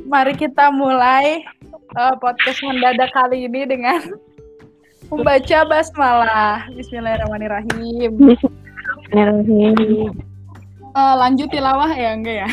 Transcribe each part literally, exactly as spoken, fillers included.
Mari kita mulai uh, podcast mendadak kali ini dengan membaca basmalah. Bismillahirrahmanirrahim. Bismillahirrahmanirrahim. Uh, lanjut tilawah ya enggak ya?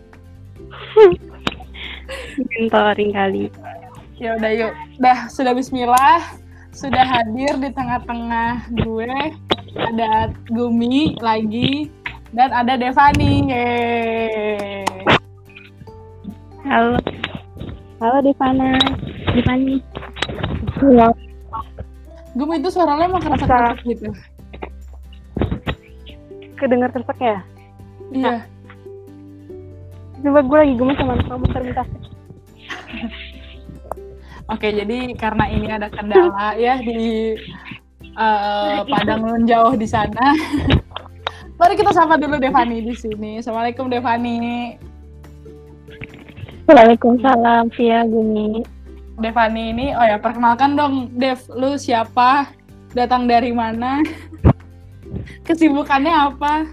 Mentoring kali. Ya udah yuk. Dah sudah bismillah, sudah hadir di tengah-tengah gue. Ada Gumi lagi dan ada Devani. Yeay. Halo. Halo Devana. Devani. Halo. Gumi itu suaranya emang keras-keras gitu. Kedengar tersek ya? Iya. Coba gue lagi gemes sama kamu bentar. Oke, jadi karena ini ada kendala ya di uh, padang nun jauh di sana. Mari kita sapa dulu Devani di sini. Assalamualaikum Devani. Waalaikumsalam via Gumi. Devani ini, oh ya perkenalkan dong Dev, lu siapa? Datang dari mana? Kesibukannya apa?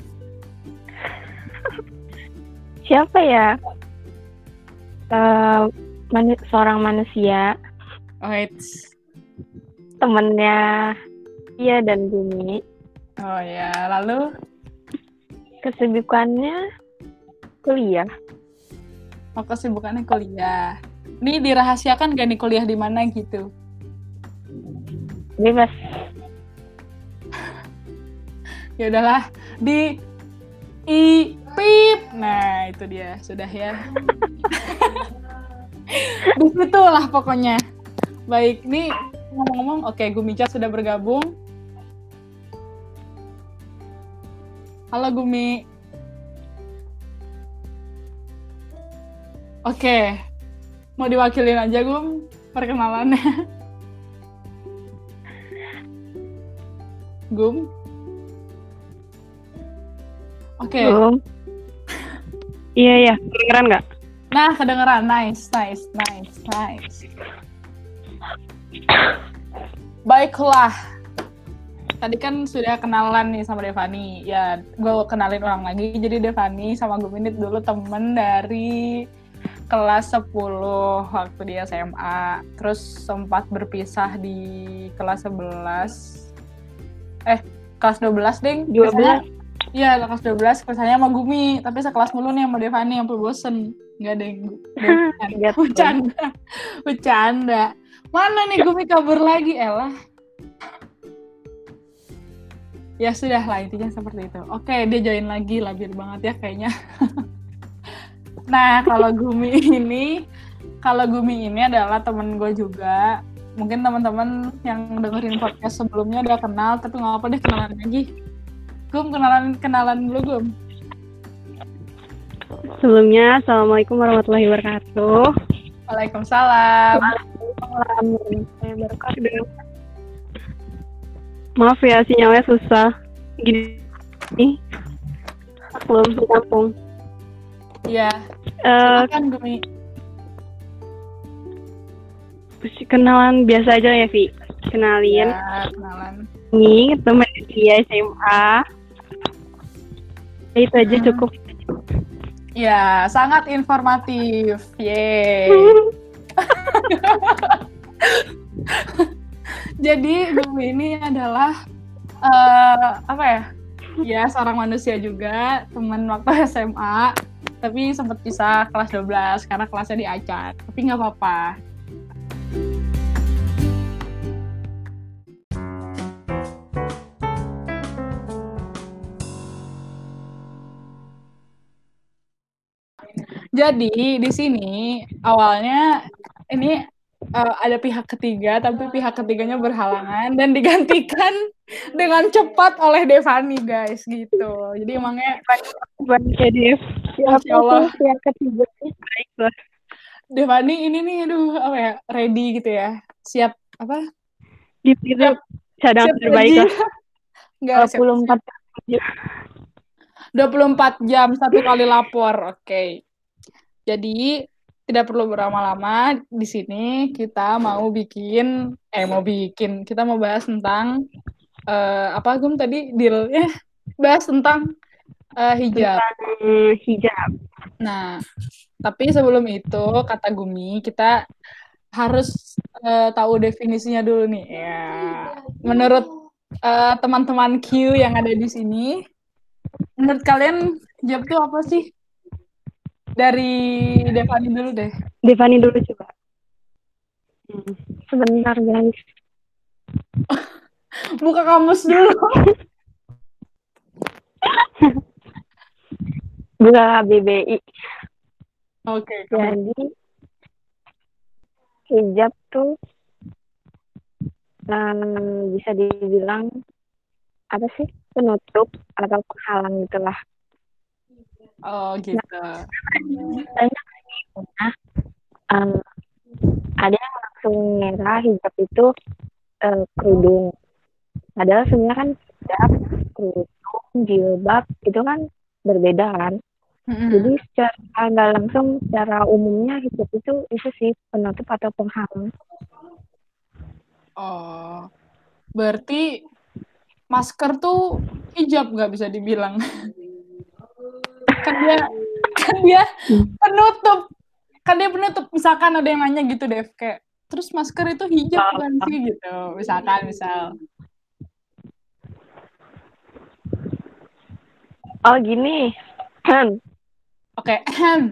Siapa ya? Uh, manu- seorang manusia. Oh, it's temennya Iya dan Gumi. Oh ya, lalu kesibukannya kuliah. Oh, kesibukannya kuliah. Ini dirahasiakan gak nih kuliah di mana gitu? Bebas. Ya udahlah, di I P I P. Nah, itu dia, sudah ya. Di situlah pokoknya. Baik, nih ngomong-ngomong, oke, Gumica sudah bergabung. Halo Gumi. Oke, mau diwakilin aja Gum perkenalannya. Gum. Oke. Gum. Iya ya, kedengeran nggak? Nah, kedengeran. Nice, nice, nice, nice. Baiklah. Tadi kan sudah kenalan nih sama Devani. Ya, gue kenalin ulang lagi. Jadi Devani sama gue ini dulu temen dari kelas sepuluh waktu di S M A. Terus sempat berpisah di kelas sebelas. Eh, kelas dua belas, ding. dua belas. Iya, kelas dua belas. Kelasnya sama Gumi. Tapi sekelas mulu nih sama Devani, sampai bosen. Nggak ada yang bercanda. Bercanda. Mana nih Gumi kabur lagi, Elah. Ya sudah lah, intinya seperti itu. Oke, dia join lagi, labil banget ya kayaknya. Nah, kalau Gumi ini, kalau Gumi ini adalah temen gue juga. Mungkin teman-teman yang dengerin podcast sebelumnya udah kenal, tapi nggak apa deh kenalan lagi. Gum, kenalan kenalan dulu Gum. Sebelumnya, assalamualaikum warahmatullahi wabarakatuh. Waalaikumsalam. Waalaikumsalam warahmatullahi wabarakatuh. Maaf ya, sinyalnya susah. Gini, nih, belum di kampung. Iya. Uh, Silakan Gumi. Kenalan biasa aja ya, Vi. Kenalin. Ya, kenalan. Ini teman dia S M A. Itu aja Hmm. cukup. Ya, sangat informatif. Yeay. Jadi Gumi ini adalah uh, apa ya? Ya, seorang manusia juga, teman waktu S M A, tapi sempat pisah kelas dua belas karena kelasnya diacak. Tapi nggak apa-apa. Jadi di sini awalnya ini uh, ada pihak ketiga, tapi pihak ketiganya berhalangan dan digantikan dengan cepat oleh Devani, guys, gitu. Jadi emangnya Baik ya, Dev. Masya Allah. Pihak ketiga. Baiklah. Devani ini nih, aduh, apa ya, ready gitu ya, siap apa? Di situ cadangan terbaik lah. Enggak, dua puluh empat jam. dua puluh empat jam satu kali lapor, oke. Okay. Jadi tidak perlu berlama-lama, di sini kita mau bikin, eh mau bikin, kita mau bahas tentang uh, apa Gum tadi deal-nya, bahas tentang uh, hijab. Tentang hijab. Nah, Tapi sebelum itu, kata Gumi, kita harus eh, tahu definisinya dulu nih. Ya, menurut eh, teman-teman Q yang ada di sini, menurut kalian hijab tuh apa sih? Dari Devani dulu deh. Devani dulu coba. Hmm. Sebentar guys. Buka kamus dulu. Buka K B B I. Oke, okay, Jadi hijab tuh um, bisa dibilang apa sih, penutup atau penghalang gitulah. Oh gitu. Nah, banyak nah, um, ada yang langsung merah hijab itu uh, kerudung. Padahal sebenarnya kan hijab, kerudung, jilbab itu kan berbeda kan. Mm-hmm. Jadi secara nggak langsung, secara umumnya hijab itu itu sih penutup atau penghalang. Oh, berarti masker tuh hijab nggak bisa dibilang. Kan dia kan dia penutup. Kan dia penutup. Misalkan ada yang nanya gitu deh, kayak terus masker itu hijab bukan sih gitu. Misalkan misal. Oh gini. Oke, okay.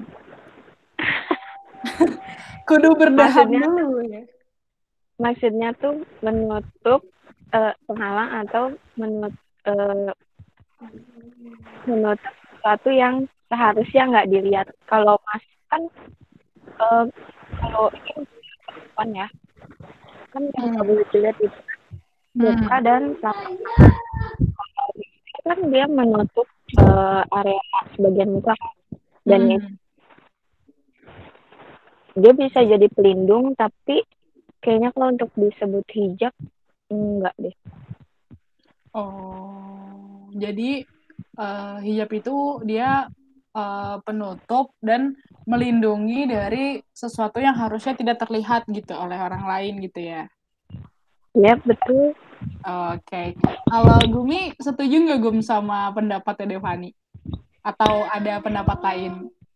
Kudu berdaham maksudnya, dulu ya. Maksudnya tuh menutup uh, penghalang atau menutup uh, menutup sesuatu yang seharusnya nggak dilihat. Kalau mas kan uh, kalau ini kan ya kan yang nggak boleh dilihat itu muka dan telapak kan dia menutup uh, area sebagian muka dan hmm. itu dia bisa jadi pelindung, tapi kayaknya kalau untuk disebut hijab enggak deh. Oh, jadi uh, hijab itu dia uh, penutup dan melindungi dari sesuatu yang harusnya tidak terlihat gitu oleh orang lain gitu ya. Ya betul. Oke, okay. Kalau Gumi setuju nggak Gum sama pendapatnya Devani? Atau ada pendapat lain?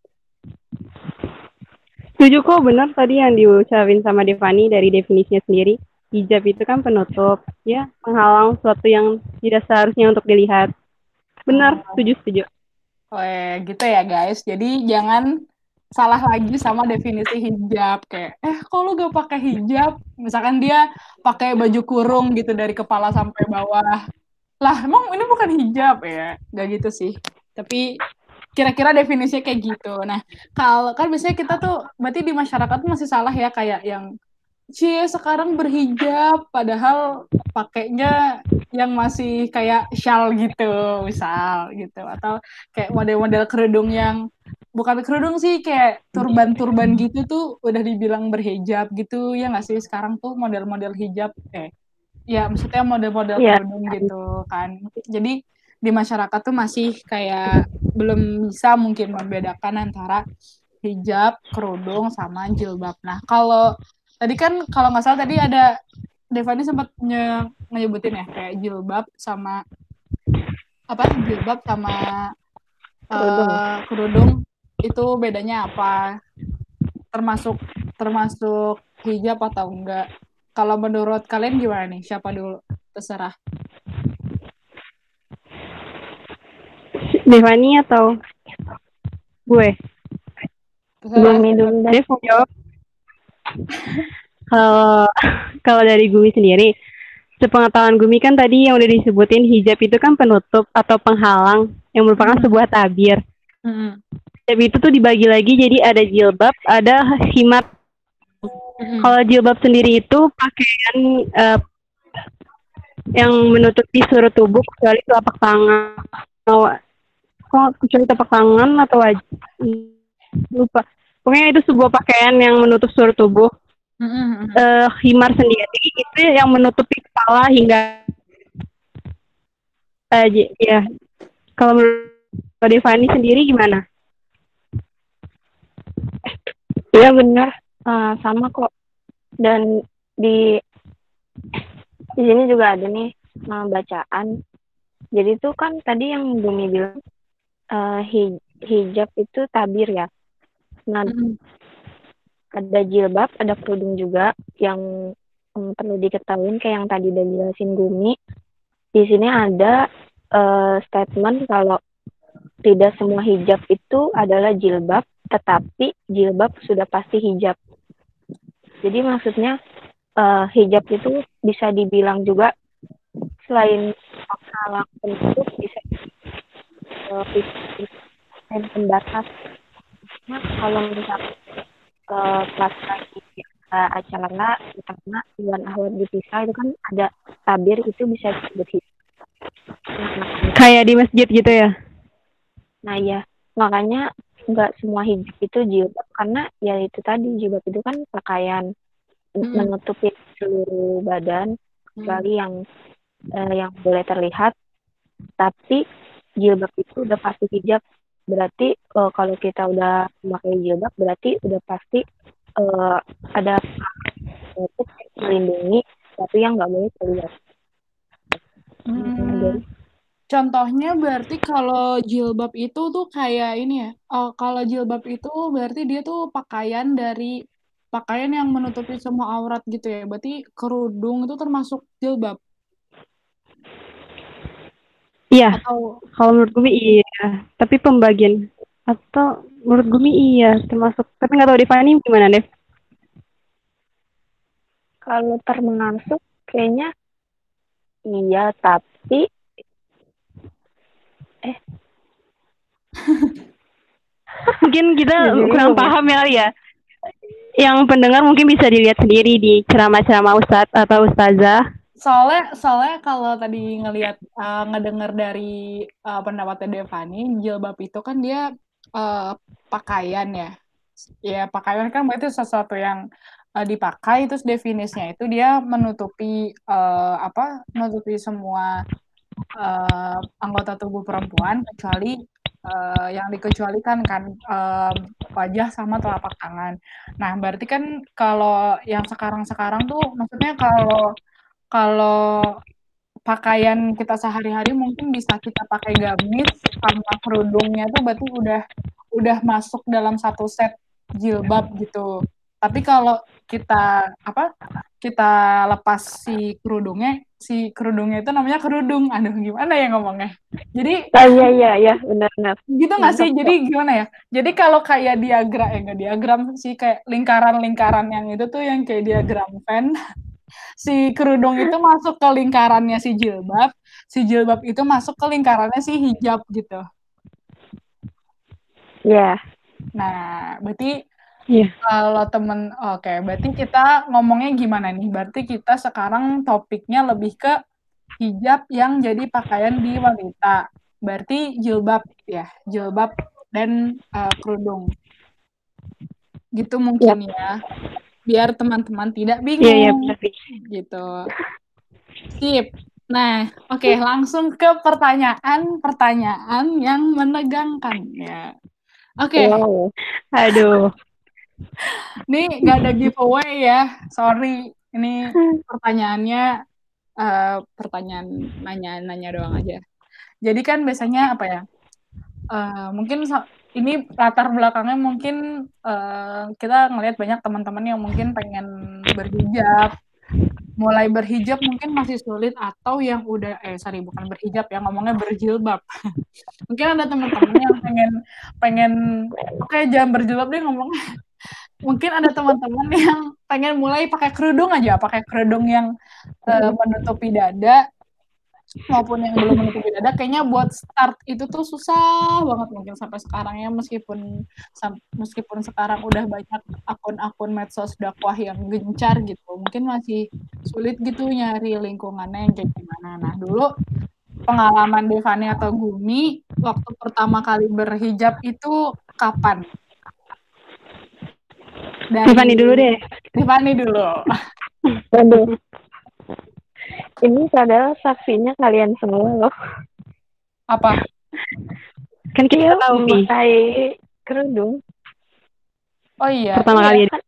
Setuju kok, benar tadi yang diucapin sama Devani dari definisinya sendiri. Hijab itu kan penutup, ya, menghalang sesuatu yang tidak seharusnya untuk dilihat. Benar, oh. setuju, setuju. Oh, gitu ya guys. Jadi jangan salah lagi sama definisi hijab. Kayak, eh kok lu gak pakai hijab? Misalkan dia pakai baju kurung gitu dari kepala sampai bawah. Lah, emang ini bukan hijab ya? Gak gitu sih. Tapi kira-kira definisinya kayak gitu. Nah, kalau kan biasanya kita tuh, berarti di masyarakat tuh masih salah ya, kayak yang cie sekarang berhijab padahal pakainya yang masih kayak shawl gitu misal gitu atau kayak model-model kerudung yang bukan kerudung sih kayak turban-turban gitu tuh udah dibilang berhijab gitu ya nggak sih sekarang tuh model-model hijab eh ya maksudnya model-model yeah. kerudung gitu kan jadi di masyarakat tuh masih kayak belum bisa mungkin membedakan antara hijab, kerudung sama jilbab. Nah kalau tadi kan kalau nggak salah tadi ada Devani sempat nye, nyebutin ya kayak jilbab sama apa jilbab sama kerudung. Uh, kerudung itu bedanya apa termasuk termasuk hijab atau enggak kalau menurut kalian gimana nih siapa dulu terserah Devani atau gue Gumi dulu deh jawab. Kalau kalau dari Gumi sendiri, sepengetahuan Gumi kan tadi yang udah disebutin hijab itu kan penutup atau penghalang yang merupakan hmm. sebuah tabir. Hmm. Hijab itu tuh dibagi lagi jadi ada jilbab, ada khimar. Hmm. Kalau jilbab sendiri itu pakaian uh, yang menutupi seluruh tubuh kecuali telapak tangan. Kok kecuali telapak tangan atau wajah? Lupa. Pokoknya itu sebuah pakaian yang menutup seluruh tubuh. Mm-hmm. Uh, khimar sendiri itu yang menutupi kepala hingga uh, ya. Kalau menurut Devani sendiri gimana? Iya benar, uh, sama kok. Dan di di sini juga ada nih uh, bacaan. Jadi itu kan tadi yang Bumi bilang uh, hij- hijab itu tabir ya. Nah, mm-hmm. ada jilbab, ada kerudung juga yang um, perlu diketahui kayak yang tadi udah jelasin Gumi. Di sini ada uh, statement kalau tidak semua hijab itu adalah jilbab, tetapi jilbab sudah pasti hijab. Jadi maksudnya uh, hijab itu bisa dibilang juga selain penghalang penutup bisa uh, dan pembatas. Nah, kalau misalnya uh, pas lagi uh, acara karena Iwan Ahwat dipisah itu kan ada tabir itu bisa disebut hijab. Nah, kayak di masjid gitu ya? Nah ya, makanya nggak semua hijab itu jilbab karena ya itu tadi jilbab itu kan pakaian hmm. menutupi seluruh badan kecuali hmm. yang eh, yang boleh terlihat. Tapi jilbab itu udah pasti hijab, berarti uh, kalau kita udah memakai jilbab berarti udah pasti uh, ada penutup yang melindungi tapi yang nggak boleh terlihat. Hmm. Jadi, contohnya berarti kalau jilbab itu tuh kayak ini ya, oh, kalau jilbab itu berarti dia tuh pakaian dari pakaian yang menutupi semua aurat gitu ya, berarti kerudung itu termasuk jilbab? Iya, atau kalau menurut Gumi iya, tapi pembagian atau menurut Gumi iya termasuk, tapi nggak tahu Devani gimana Dev? Kalau termasuk kayaknya iya, tapi eh mungkin kita kurang paham ya ya. Yang pendengar mungkin bisa dilihat sendiri di ceramah-ceramah Ustadz atau Ustazah. Soalnya, soalnya kalau tadi ngelihat uh, ngedengar dari uh, pendapatnya Devani, jilbab itu kan dia uh, pakaian ya, ya pakaian kan berarti sesuatu yang uh, dipakai, terus definisinya itu dia menutupi uh, apa, menutupi semua uh, anggota tubuh perempuan kecuali uh, yang dikecualikan kan um, wajah sama telapak tangan. Nah berarti kan kalau yang sekarang-sekarang tuh maksudnya kalau kalau pakaian kita sehari-hari mungkin bisa kita pakai gamis sama kerudungnya tuh berarti udah udah masuk dalam satu set jilbab gitu. Tapi kalau kita apa kita lepas si kerudungnya, si kerudungnya itu namanya kerudung. Aduh gimana ya ngomongnya? Jadi oh, iya iya iya benar-benar. Gitu nggak sih? Jadi gimana ya? Jadi kalau kayak diagram, eh nggak diagram sih, kayak lingkaran-lingkaran yang itu tuh yang kayak diagram Venn. Si kerudung itu masuk ke lingkarannya si jilbab, si jilbab itu masuk ke lingkarannya si hijab gitu. Iya. Yeah. Nah, berarti yeah. kalau temen, oke, okay, berarti kita ngomongnya gimana nih? Berarti kita sekarang topiknya lebih ke hijab yang jadi pakaian di wanita. Berarti jilbab ya, jilbab dan uh, kerudung. Gitu mungkin yep. ya. Biar teman-teman tidak bingung. Iya, iya, gitu. Sip. Nah, oke, okay, langsung ke pertanyaan-pertanyaan yang menegangkan ya. Oke. Okay. Wow. Aduh. Ini nggak ada giveaway ya. Sorry. Ini pertanyaannya uh, pertanyaan nanya-nanya doang aja. Jadi kan biasanya apa ya? Uh, mungkin ini latar belakangnya mungkin uh, kita ngelihat banyak teman-teman yang mungkin pengen berhijab, mulai berhijab mungkin masih sulit, atau yang udah eh sorry bukan berhijab ya, ngomongnya berjilbab. Mungkin ada teman-teman yang pengen pengen oke okay, jangan berjilbab deh ngomongnya. Mungkin ada teman-teman yang pengen mulai pakai kerudung aja, pakai kerudung yang uh, menutupi dada maupun yang belum menutupi dada, kayaknya buat start itu tuh susah banget mungkin sampai sekarang ya, meskipun meskipun sekarang udah banyak akun-akun medsos dakwah yang gencar gitu, mungkin masih sulit gitu nyari lingkungannya yang kayak gimana. Nah dulu pengalaman Devani atau Gumi waktu pertama kali berhijab itu kapan? Dari Devani dulu deh. Devani dulu. Aduh. Ini adalah saksinya kalian semua loh. Apa? Kan kita tahu memakai kerudung. Oh iya. Pertama iya. kali kan,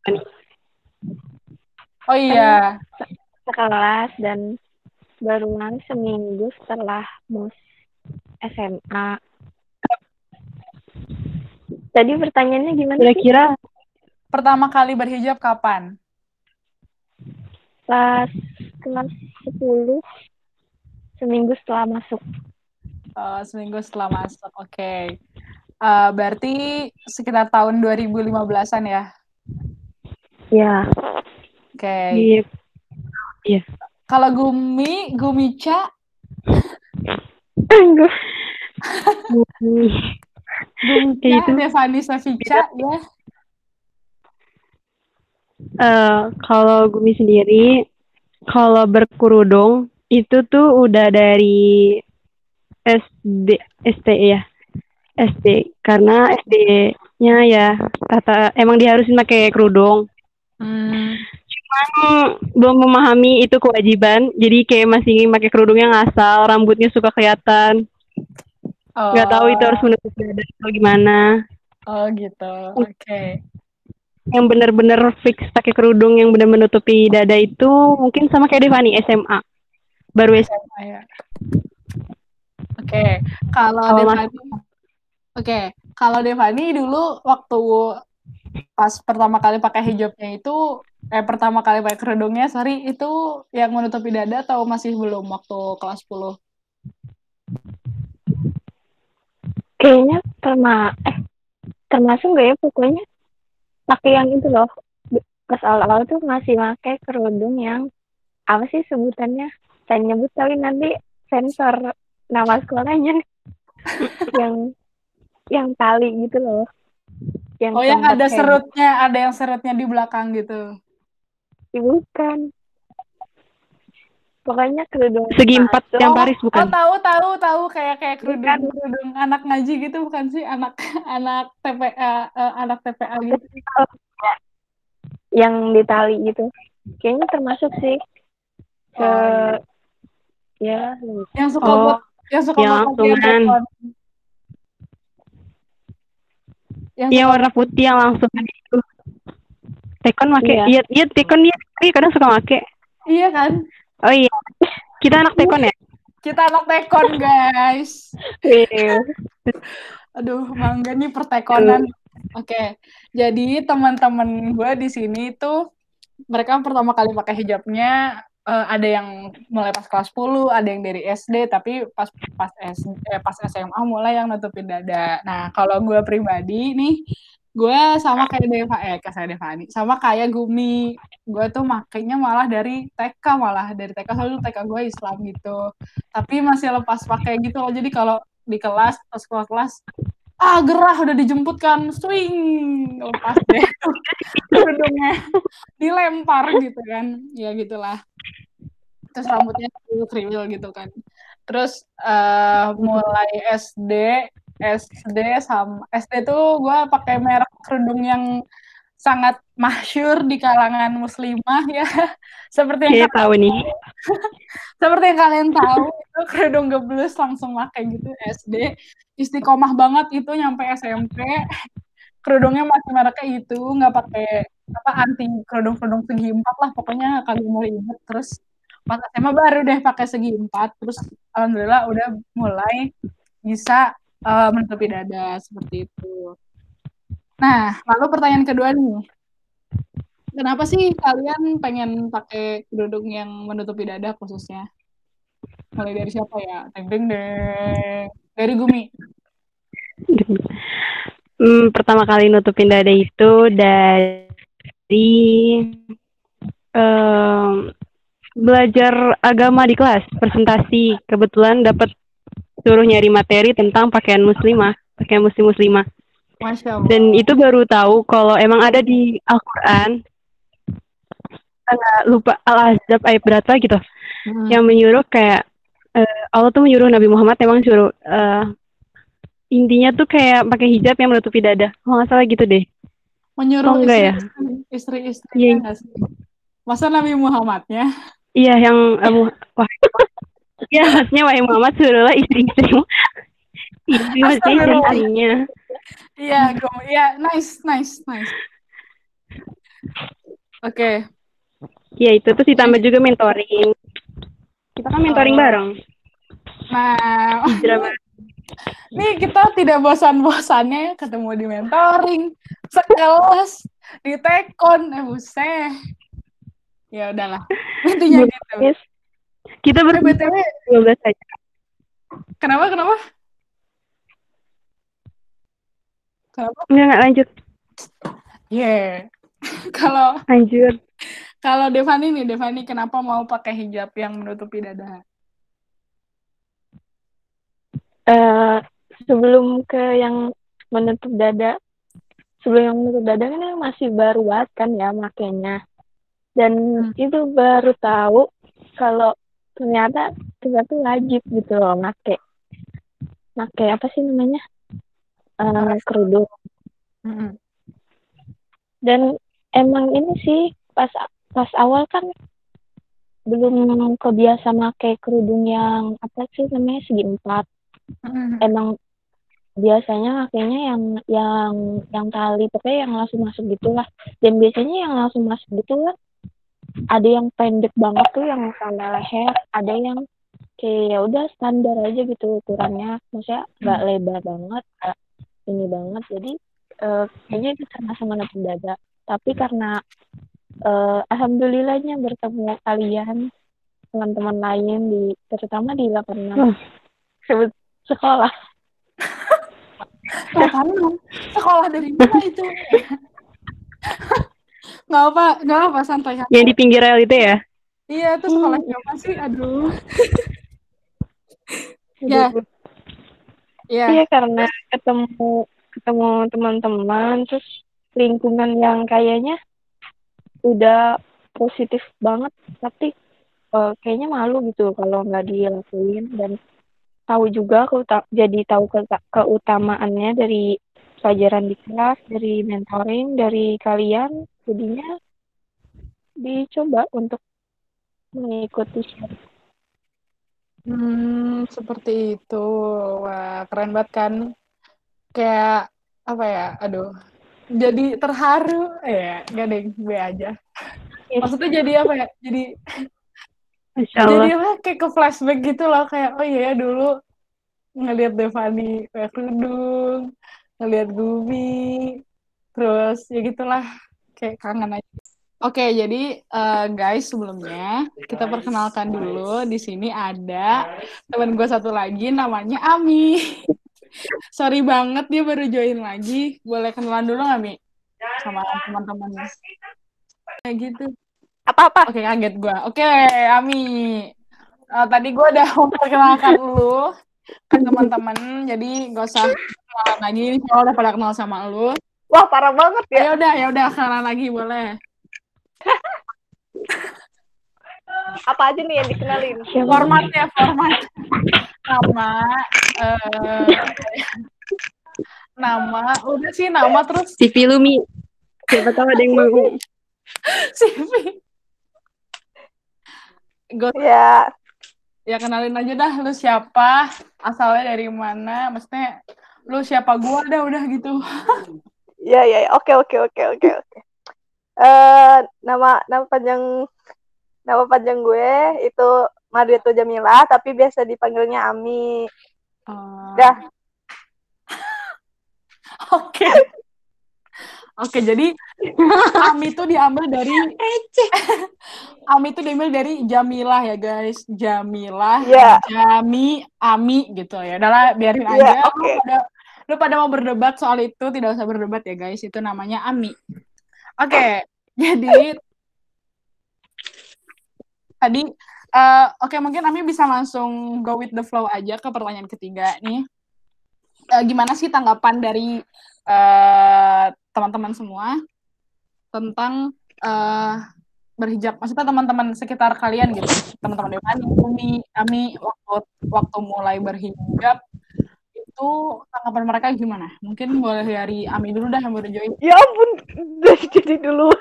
Oh iya. Kan sekelas dan baru nanti seminggu setelah mus S M A. Tadi pertanyaannya gimana? Kira-kira pertama kali berhijab kapan? Pas kelas sepuluh, seminggu setelah masuk. Uh, seminggu setelah masuk, oke. Okay. Uh, berarti sekitar tahun dua ribu lima belasan ya? Ya. Oke. Okay. Iya. Iya. Kalau Gumi, Gumica? Gumi. Gumica, itu Devani Safica, ya? Uh, kalau Gumi sendiri, kalau berkerudung itu tuh udah dari S D, S D ya, S D. Karena S D-nya ya kata emang diharusin pakai kerudung. Hmm. Cuman belum memahami itu kewajiban, jadi kayak masih pakai kerudungnya ngasal, rambutnya suka kelihatan. Oh. Gak tahu itu harus menutup dada atau gimana. Oh gitu, oke. Okay. Yang benar-benar fix pakai kerudung yang benar menutupi dada itu mungkin sama kayak Devani S M A. Baru S M A ya. Oke, okay. Kalau Devani Oke, okay. Kalau Devani dulu waktu pas pertama kali pakai hijabnya itu eh pertama kali pakai kerudungnya, sorry, itu yang menutupi dada atau masih belum waktu kelas sepuluh? Kayaknya terma eh termasuk nggak ya, pokoknya pakai yang itu loh. Pas awal-awal tuh masih pakai kerudung yang apa sih sebutannya? Saya nyebut tapi nanti sensor nama sekolahnya. yang yang tali gitu loh. Yang oh, yang ada serutnya, gitu. Ada yang serutnya di belakang gitu. Bukan. Pokoknya kerudung segi empat yang Paris bukan? Oh, tahu tahu tahu kayak kayak kerudung kerudung anak ngaji gitu bukan sih? Anak anak T P A uh, anak T P A gitu. Yang di tali gitu. Kayaknya termasuk sih. Ke oh, ya, yang suka oh, buat yang suka yang langsungan. Yang warna putih yang langsung itu. Tekon make. Iya, iya tekon dia kadang suka make. Iya kan? Oh iya. Kita anak tekon ya? Kita anak tekon, guys. Aduh, mangga nih pertekonan. Oke. Okay. Jadi teman-teman gue di sini tuh mereka pertama kali pakai hijabnya uh, ada yang mulai pas kelas sepuluh, ada yang dari S D, tapi pas pas S eh, pas S M A mulai yang nutupin dada. Nah, kalau gue pribadi nih, gue sama kayak Deva, eh kayak Devani, sama kayak Gumi. Gue tuh makainya malah dari T K, malah dari T K, soalnya T K gue Islam gitu. Tapi masih lepas pakai gitu loh. Jadi kalau di kelas, pas kelas-kelas, ah gerah udah dijemput kan, swing, lepas deh kerudungnya, dilempar gitu kan, ya gitulah. Terus rambutnya kriwil gitu kan. Terus uh, mulai S D, S D sama S D tuh gue pakai merek kerudung yang sangat masyhur di kalangan muslimah ya, seperti yang kalian tahu nih. Seperti yang kalian tahu itu kerudung geblus langsung pakai gitu S D, istiqomah banget itu nyampe S M P, kerudungnya masih mereknya itu, nggak pakai apa anti kerudung-kerudung segi empat lah, pokoknya kagak mau ribet. Terus pas S M A baru deh pakai segi empat, terus alhamdulillah udah mulai bisa uh, menutupi dada seperti itu. Nah, lalu pertanyaan kedua nih, kenapa sih kalian pengen pakai kerudung yang menutupi dada khususnya? Mulai dari siapa ya? Deng deng deng. Dari Gumi. Hmm, pertama kali nutupin dada itu dari um, belajar agama di kelas, presentasi. Kebetulan dapat suruh nyari materi tentang pakaian muslimah, pakaian muslim muslimah. Masya Allah. Dan itu baru tahu kalau emang ada di Al-Quran, lupa Al-Ahzab ayat berapa gitu, hmm. yang menyuruh kayak uh, Allah tuh menyuruh Nabi Muhammad emang suruh uh, intinya tuh kayak pakai hijab yang menutupi dada. Oh nggak salah gitu deh. Menyuruh oh, istri, ya? istri-istrinya nggak sih? Masa Nabi Muhammadnya? Iya yang uh, wah, ya maksudnya wahai Muhammad suruhlah istri-istrimu. Istri maksudnya istrinya. Iya, go. Iya, nice, nice, nice. Oke. Okay. Ya itu terus ditambah juga mentoring. Kita kan mentoring oh. bareng. Nah, hijrah bareng. Nih kita tidak bosan-bosannya ketemu di mentoring, sekelas, di tekon, eh buset. Ya udahlah, intinya gitu. Yes. Kita Eh, berdua B T W, dua belas aja. kenapa, kenapa? Kenapa? Enggak, enggak lanjut. Yeah. Kalau Lanjut. kalau Devani nih, Devani kenapa mau pakai hijab yang menutupi dada? Eh, sebelum ke yang menutup dada, sebelum yang menutup dada kan yang masih baru banget kan ya makainya. Dan Hmm. itu baru tahu kalau ternyata ternyata wajib gitu loh make. Make apa sih namanya? Uh, kerudung. Mm-hmm. Dan emang ini sih pas pas awal kan belum kebiasa make kerudung yang apa sih namanya segi empat. Mm-hmm. Emang biasanya makanya yang yang yang tali pokoknya yang langsung masuk gitulah. Dan biasanya yang langsung masuk gitu kan ada yang pendek banget tuh yang sampai leher, ada yang kayak ya udah standar aja gitu ukurannya, maksudnya nggak Hmm. lebar banget, nggak ini banget, jadi uh, kayaknya itu termasuk menutup dada. Tapi karena uh, alhamdulillahnya bertemu kalian teman-teman lain di terutama di delapan puluh enam Oh. sebut sekolah. delapan puluh enam sekolah dari mana itu? Nggak apa, nggak apa, santai santai. Yang di pinggir rel itu ya? Iya, itu sekolah Hmm. siapa sih? Aduh. Ya. Iya. Iya, karena ketemu ketemu teman-teman terus lingkungan yang kayaknya udah positif banget, tapi uh, kayaknya malu gitu kalau nggak dilakuin. Dan tahu juga aku ta- jadi tahu ke- keutamaannya dari pelajaran di kelas, dari mentoring dari kalian, jadinya dicoba untuk mengikuti. Hmm, seperti itu. Wah, keren banget kan? Kayak apa ya? Aduh, jadi terharu. Eh, gak deh, gue aja. Maksudnya jadi apa ya? Jadi Masya Allah. jadi apa? Kayak ke flashback gitu loh. Kayak oh iya dulu ngelihat Devani pakai kerudung, ngelihat Gumi, terus ya gitulah. Kayak kangen aja. Oke, jadi uh, guys sebelumnya kita perkenalkan dulu. Di sini ada teman gue satu lagi namanya Ami. Sorry banget dia baru join lagi. Boleh kenalan dulu nggak Mi? Sama teman-temannya. Kayak gitu. Apa-apa? Oke, kaget gue. Oke, Ami. Uh, tadi gue udah memperkenalkan lu ke teman-teman, jadi gak usah kenalan lagi. Ini kalau udah pada kenal sama lu. Wah, parah banget ya. Ya udah, ya udah kenalan lagi boleh. Apa aja nih yang dikenalin? Formatnya, format. Nama, uh, nama, udah sih nama terus. C V lu, Mi. Siapa tahu ada yang mau. C V. Gue Ya. Ya kenalin aja dah, lu siapa, asalnya dari mana, maksudnya lu siapa gua dah udah gitu. Ya, ya, oke, oke, oke, oke, oke. Eh, nama nama panjang nama panjang gue itu Mardiatu Jamila, tapi biasa dipanggilnya Ami. Uh, Dah. Oke. Okay. Oke, okay, jadi Ami itu diambil dari Ami itu diambil dari Jamilah ya guys, Jamilah, yeah. Jami, Ami gitu ya. Udahlah biarin yeah, aja. Okay. Lu pada lu pada mau berdebat soal itu tidak usah berdebat ya guys. Itu namanya Ami. Oke, okay, jadi tadi uh, oke okay, mungkin Ami bisa langsung go with the flow aja ke pertanyaan ketiga nih. Uh, gimana sih tanggapan dari uh, teman-teman semua tentang uh, berhijab? Maksudnya teman-teman sekitar kalian gitu, teman-teman Devani, Umi, Ami waktu waktu mulai berhijab itu tanggapan mereka gimana? Mungkin boleh dari Ami dulu dah yang baru join. Ya ampun, dari jadi dulu.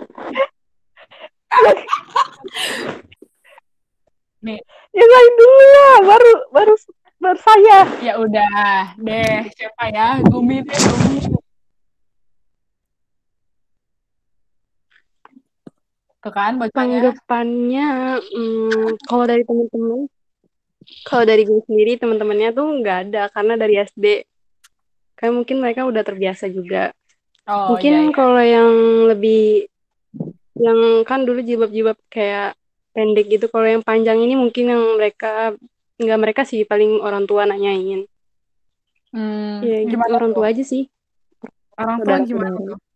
Nih. Yang lain dulu ya, baru baru baru saya. Ya udah deh, siapa ya? Gumi deh, Gumi. Tuh kan bacanya. Tanggapannya, hmm, kalau dari teman-teman, Kalau dari gue sendiri teman-temannya tuh nggak ada karena dari S D kayak mungkin mereka udah terbiasa juga. Oh Mungkin iya, iya. kalau yang lebih yang kan dulu jilbab-jilbab kayak pendek gitu. Kalau yang panjang ini mungkin yang mereka nggak mereka sih paling orang tua nanyain. Hmm, Ya gitu gimana orang tuh? tua aja sih. Orang tua gimana Saudara-saudara. tuh?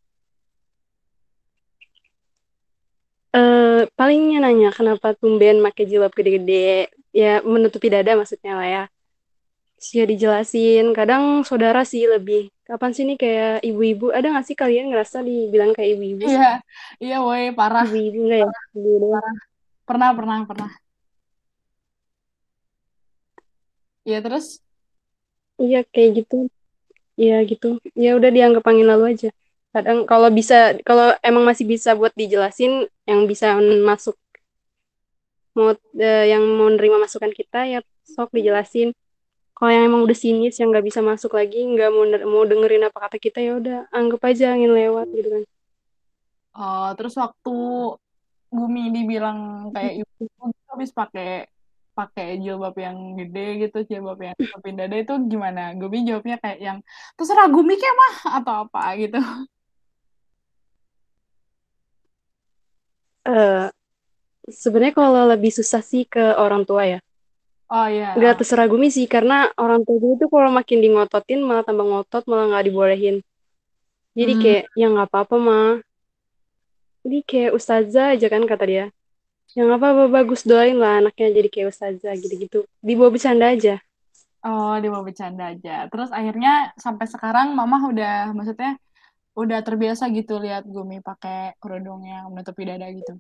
Eh palingnya nanya kenapa tumben pakai jilbab gede-gede. Ya menutupi dada maksudnya lah ya. Terus ya dijelasin. Kadang saudara sih lebih. Kapan sih nih kayak ibu-ibu? Ada nggak sih kalian ngerasa dibilang kayak ibu-ibu? Iya, iya, woi, parah, Ibu-ibu enggak ya? Ibu doang. parah. Pernah, pernah, pernah. Iya, terus? Iya kayak gitu. Iya gitu. Ya udah dianggap angin lalu aja. Kadang kalau bisa, kalau emang masih bisa buat dijelasin, yang bisa masuk, mau eh, yang mau nerima masukan kita ya sok dijelasin. Kalau yang emang udah sinis, yang nggak bisa masuk lagi, nggak mau ner- mau dengerin apa kata kita ya udah anggap aja angin lewat gitu kan. Oh, terus waktu Bumi dibilang kayak ibu habis pakai pakai jilbab yang gede gitu, jilbab yang nutupin dada itu gimana? Gumi jawabnya kayak yang terserah Gumi kayak mah atau apa gitu. Eh Sebenarnya kalau lebih susah sih ke orang tua ya. Oh iya, Nggak oh. terserah Gumi sih, karena orang tua gue itu kalau makin di ngototin malah tambah ngotot, malah nggak dibolehin. Jadi Hmm. kayak, ya nggak apa-apa mah. Jadi kayak ustazah aja kan kata dia. Ya nggak apa-apa, bagus doain lah anaknya jadi kayak ustazah gitu-gitu. Dibawa bercanda aja. Oh, dia mau bercanda aja. Terus akhirnya sampai sekarang Mama udah maksudnya udah terbiasa gitu lihat Gumi pakai kerudung yang menutupi dada gitu.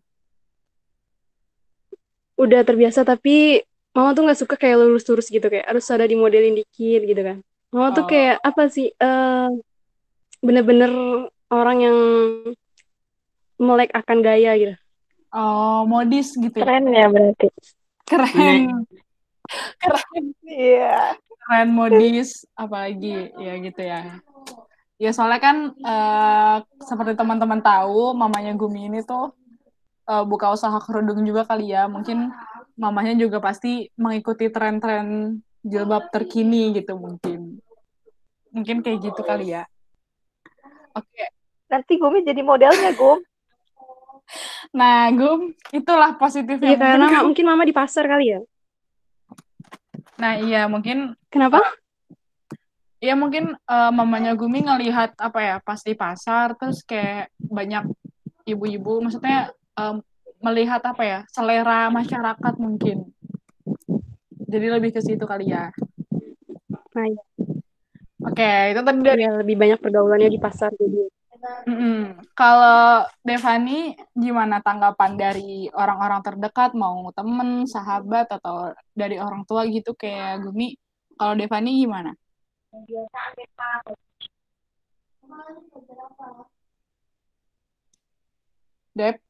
Udah terbiasa tapi mama tuh nggak suka kayak lurus-lurus gitu, kayak harus ada dimodelin dikit gitu kan. Mama tuh Oh, kayak apa sih, eh bener-bener orang yang melek akan gaya gitu. oh, modis gitu ya. Keren ya berarti. Keren, keren, Iya. keren modis apalagi ya gitu ya. Ya soalnya kan eh, seperti teman-teman tahu mamanya Gumi ini tuh eh, buka usaha kerudung juga kali ya. Mungkin mamanya juga pasti mengikuti tren-tren jilbab terkini gitu mungkin. Mungkin kayak gitu kali ya. Oke. Nanti Gumi jadi modelnya, Gum. Nah, Gum, itulah positifnya Iya mungkin karena ma- kan. mungkin mama di pasar kali ya. Nah, iya mungkin Kenapa? ya mungkin eh, mamanya Gumi ngelihat apa ya pas di pasar terus kayak banyak ibu-ibu maksudnya em, melihat apa ya selera masyarakat mungkin jadi lebih ke situ kali ya. Nah iya. Oke, itu tadi dari Iya, lebih banyak pergaulannya di pasar jadi. mm-mm. Kalau Devani gimana tanggapan dari orang-orang terdekat mau temen sahabat atau dari orang tua gitu kayak Gumi, kalau Devani gimana Dep?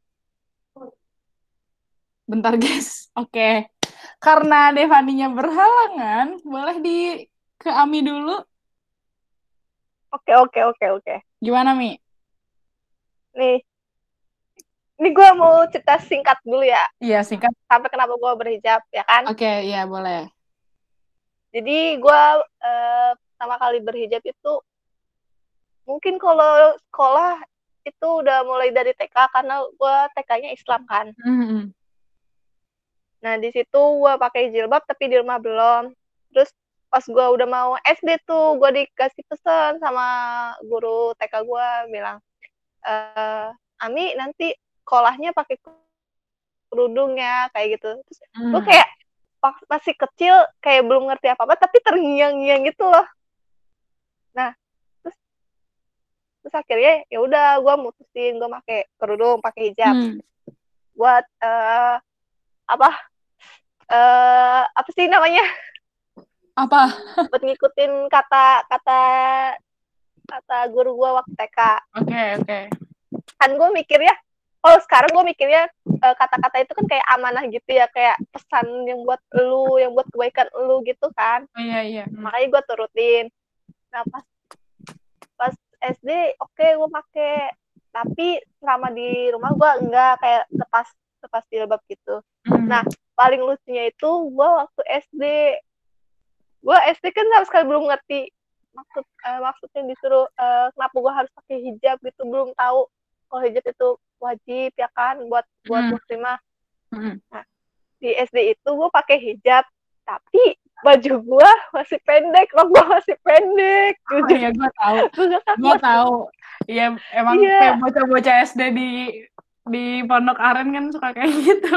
Bentar guys. Oke, karena Devaninya berhalangan boleh di ke Ami dulu. Oke, oke, oke, oke. Gimana Mi? Nih, ini gue mau cerita singkat dulu ya. Iya singkat. Sampai kenapa gue berhijab, ya kan? Oke, iya boleh. Jadi gue eh, pertama kali berhijab itu mungkin kalau sekolah itu udah mulai dari T K karena gue T K-nya Islam kan. Mm-hmm. Nah di situ gue pakai jilbab tapi di rumah belum. Terus pas gue udah mau S D tuh gue dikasih pesan sama guru T K gue bilang, e, Ami nanti sekolahnya pakai kerudung ya kayak gitu. Terus gue Mm. kayak masih kecil kayak belum ngerti apa-apa tapi terngiang-ngiang gitu loh. Nah terus terus akhirnya ya udah gue mutusin gue pakai kerudung pakai hijab Mm. buat uh, apa uh, apa sih namanya Apa? buat ngikutin kata kata kata guru gue waktu T K. Oke, okay, oke. Okay. Kan gue mikir ya, kalau sekarang gue mikirnya uh, kata-kata itu kan kayak amanah gitu ya, kayak pesan yang buat lu, yang buat kebaikan lu gitu kan. Oh iya iya. Makanya gue turutin. Nah pas pas S D oke okay, gue pakai, tapi selama di rumah gue enggak kayak lepas lepas jilbab gitu. Mm. Nah paling lucunya itu gue waktu S D. Gue S D kan sama sekali belum ngerti maksud uh, maksudnya disuruh uh, kenapa gue harus pakai hijab gitu, belum tahu kalau hijab itu wajib ya kan buat buat Hmm. muslimah. Hmm. Nah, di S D itu gue pakai hijab, tapi baju gue masih pendek, rok gue masih pendek. Oh iya, gue tahu. Gue tahu. Iya, emang Iya. kayak bocah-bocah S D di di Pondok Aren kan suka kayak gitu.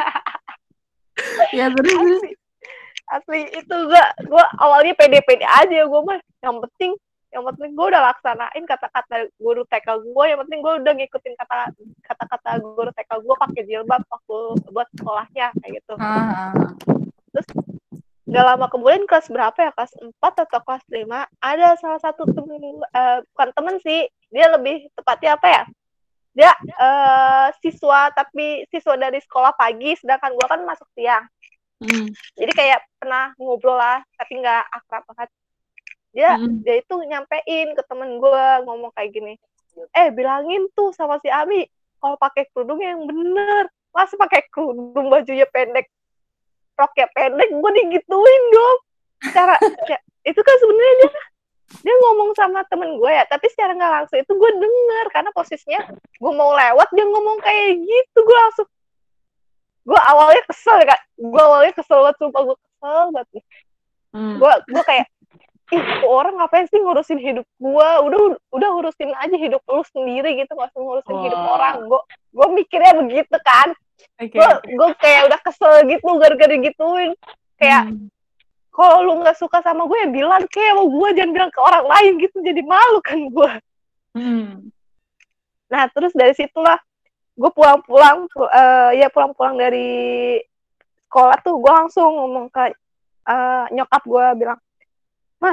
Ya terus asli, asli itu gue gue awalnya pede-pede aja gue mah. Yang penting yang penting gue udah laksanain kata-kata guru T K gue, yang penting gue udah ngikutin kata kata-kata guru T K gue pakai jilbab waktu buat sekolahnya kayak gitu. Ah. Terus gak lama kemudian kelas berapa ya, kelas empat atau kelas lima, ada salah satu temen, uh, bukan temen sih, dia lebih tepatnya apa ya, dia uh, siswa tapi siswa dari sekolah pagi, sedangkan gue kan masuk siang. Hmm. Jadi kayak pernah ngobrol lah, tapi gak akrab banget. Dia hmm. dia itu nyampein ke temen gue, ngomong kayak gini, eh bilangin tuh sama si Abi kalau pakai kerudung yang bener, masa pakai kerudung bajunya pendek, roknya pendek, gue digituin dong. Cara ya, itu kan sebenarnya dia dia ngomong sama temen gue ya, tapi secara nggak langsung itu gue denger karena posisinya gue mau lewat, dia ngomong kayak gitu. Gue langsung, gue awalnya kesel kan, gue awalnya kesel banget, sumpah gue kesel banget. Hmm. Gue gue kayak, ih orang ngapain sih ngurusin hidup gue, udah udah urusin aja hidup lu sendiri gitu, nggak usah ngurusin wow. hidup orang. Gue gue mikirnya begitu kan. Okay. Gue gue kayak udah kesel gitu gara-gara gituin. Kayak hmm. kalau lu nggak suka sama gue ya bilang kayak sama gue, jangan bilang ke orang lain gitu, jadi malu kan gue. Hmm. Nah terus dari situlah gue pulang-pulang uh, ya pulang-pulang dari sekolah tuh gue langsung ngomong ke uh, nyokap gue, bilang, mah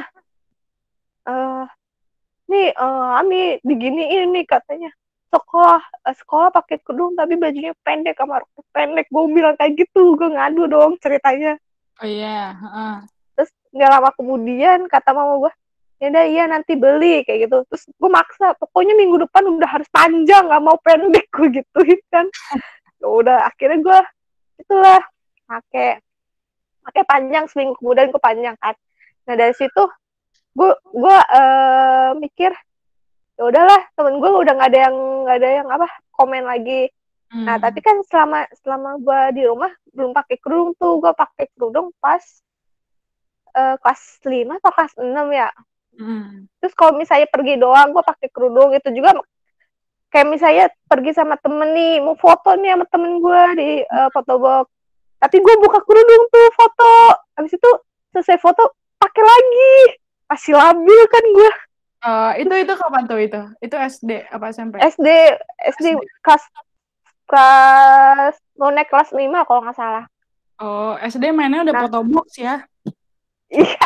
uh, nih uh, Ami diginiin nih katanya sekolah sekolah pakai kerudung tapi bajunya pendek sama rok pendek. Gue bilang kayak gitu, gue ngadu dong ceritanya. Oh iya. Yeah. Uh. Terus nggak lama kemudian kata mama gue, ya udah iya nanti beli kayak gitu. Terus gue maksa, pokoknya minggu depan udah harus panjang, nggak mau pendek, gue gituin kan. Ya udah akhirnya gue itulah pakai pakai panjang, seminggu kemudian gue panjang kan. Nah dari situ gue gue uh, mikir, ya udahlah, temen gue udah nggak ada yang nggak ada yang apa komen lagi. Hmm. Nah tapi kan selama selama gue di rumah belum pakai kerudung tuh, gue pakai kerudung pas uh, kelas lima atau kelas enam ya. Hmm. Terus kalau misalnya pergi doang gue pakai kerudung, itu juga kayak misalnya pergi sama temen nih, mau foto nih sama temen gue di uh, fotobox, tapi gue buka kerudung tuh foto, habis itu selesai foto pakai lagi, masih labil kan gue. Uh, itu itu kapan tuh itu? Itu S D apa S M P? S D S D kelas kelas mau naik kelas lima kalau nggak salah. Oh, S D mainnya udah nah. Fotobox ya? Iya.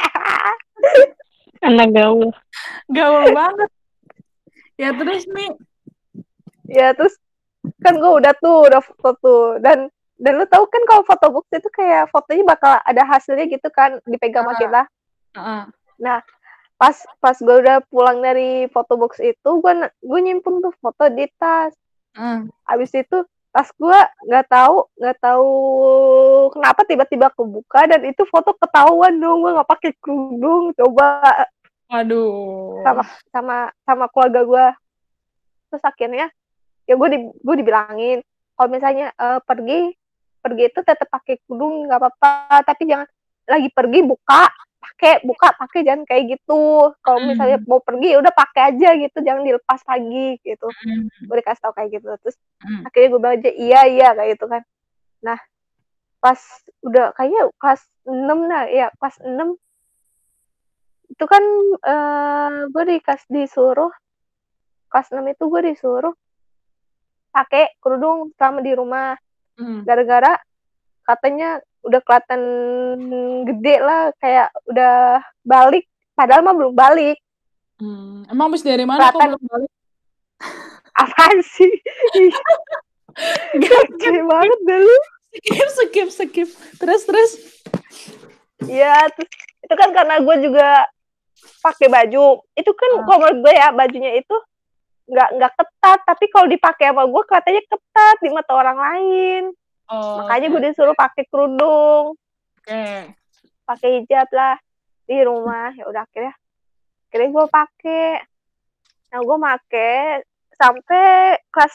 Anak gaul. Gaul banget. Ya terus nih. Ya terus kan gue udah tuh udah foto tuh, dan dan lu tahu kan kalau fotobox itu kayak fotonya bakal ada hasilnya gitu kan, dipegang sama uh, kita. Uh-uh. Nah pas pas gue udah pulang dari fotobox itu, gue gue nyimpen tuh foto di tas. Uh. Abis itu tas gue nggak tahu nggak tahu kenapa tiba-tiba kebuka, dan itu foto ketahuan dong, gue nggak pakai kerudung, coba. Waduh. Sama sama sama keluarga gue. Terus akhirnya ya gue di gue dibilangin kalau misalnya uh, pergi pergi itu tetap pakai kerudung nggak apa-apa, tapi jangan lagi pergi buka pakai buka pakai jangan kayak gitu. Kalau misalnya mm. mau pergi udah pakai aja gitu, jangan dilepas lagi gitu. Mm. Gue dikasih tau kayak gitu. Terus mm. akhirnya gue bilang aja iya iya kayak gitu kan. Nah pas udah kayaknya kelas enam lah ya, kelas enam itu kan uh, gue dikasih disuruh kelas enam itu gue disuruh pakai kerudung selama di rumah. Hmm. Gara-gara katanya udah kelihatan gede lah, kayak udah balik, padahal mah belum balik. Hmm. Emang habis dari mana kelihatan... kok belum balik? Apaan sih? Gede banget dulu. Skip, skip, skip. Terus, terus. Ya, terus itu kan karena gue juga pakai baju. Itu kan oh. kalau menurut gue ya, bajunya itu nggak nggak ketat, tapi kalau dipakai sama gue katanya ketat di mata orang lain. Oh, Makanya okay. gue disuruh pakai kerudung, okay. pakai hijab lah di rumah. Ya udah akhirnya, akhirnya gue pakai. Nah gue pakai sampai kelas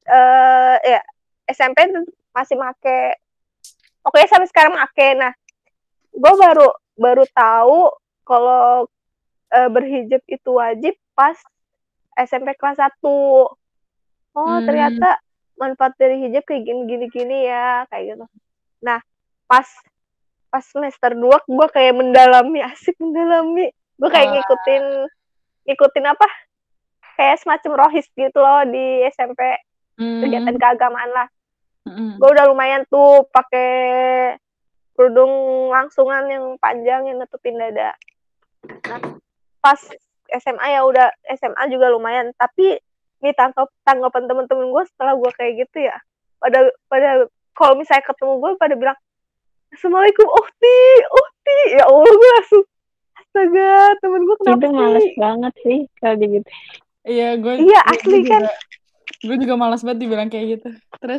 uh, ya S M P masih pakai. Pokoknya sampai sekarang pakai. Nah gue baru baru tahu kalau uh, berhijab itu wajib pas S M P kelas satu. Oh hmm. ternyata manfaat dari hijab kayak gini-gini ya, kayak gitu. Nah, pas pas semester dua gue kayak mendalami, asik mendalami. Gue kayak ngikutin ngikutin apa? Kayak semacam rohis gitu loh di S M P. Hmm. Kegiatan keagamaan lah. Hmm. Gue udah lumayan tuh pakai kerudung langsungan yang panjang yang nutupin dada. Nah, pas S M A ya udah, S M A juga lumayan, tapi nih tangkap tanggapan temen-temen gue setelah gue kayak gitu ya, pada pada kalau misalnya ketemu gue pada bilang assalamualaikum ukti ukti, ya Allah gue langsung astaga temen gue kenapa itu sih? Males banget sih kalau gitu. Iya gue iya asli gue kan juga, gue juga malas banget dibilang kayak gitu. Terus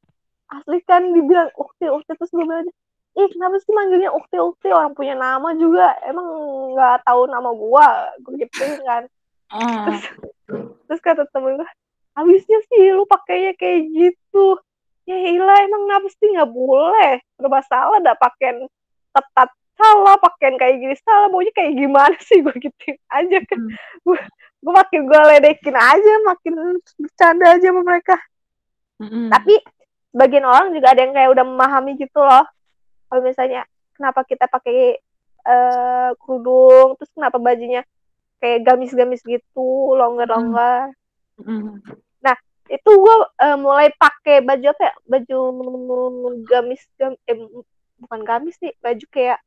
asli kan dibilang ukti ukti terus gue bilang ih kenapa sih manggilnya ukti ukti, orang punya nama juga emang nggak tahu nama gue gue gituin kan. Ah. terus terus kata temen gue habisnya sih lu pakainya kayak gitu, ya ilah emang kenapa sih nggak boleh, serba salah dah pakaian ketat salah, pakaian kayak gini salah, maunya kayak gimana sih, gue gituin aja kan. hmm. gue gue makin gue ledekin aja, makin bercanda aja sama mereka. hmm. Tapi sebagian orang juga ada yang kayak udah memahami gitu loh, kalau misalnya kenapa kita pakai uh, kerudung, terus kenapa bajunya kayak gamis-gamis gitu, longgar-longgar. Mm. Nah, itu gue uh, mulai pakai baju apa ya? Baju gamis, gamis eh, bukan gamis sih, baju kayak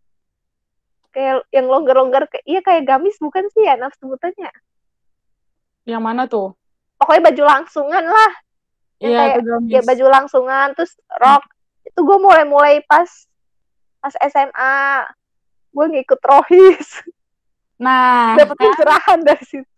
kayak yang longgar-longgar, kayak iya kayak gamis bukan sih ya nama sebutannya? Yang mana tuh? Pokoknya baju langsungan lah. Yang iya, kayak ya baju langsungan terus rok. Hmm. Itu gue mulai-mulai pas pas S M A. Gue ngikut rohis. Nah, dapat pencerahan dari situ.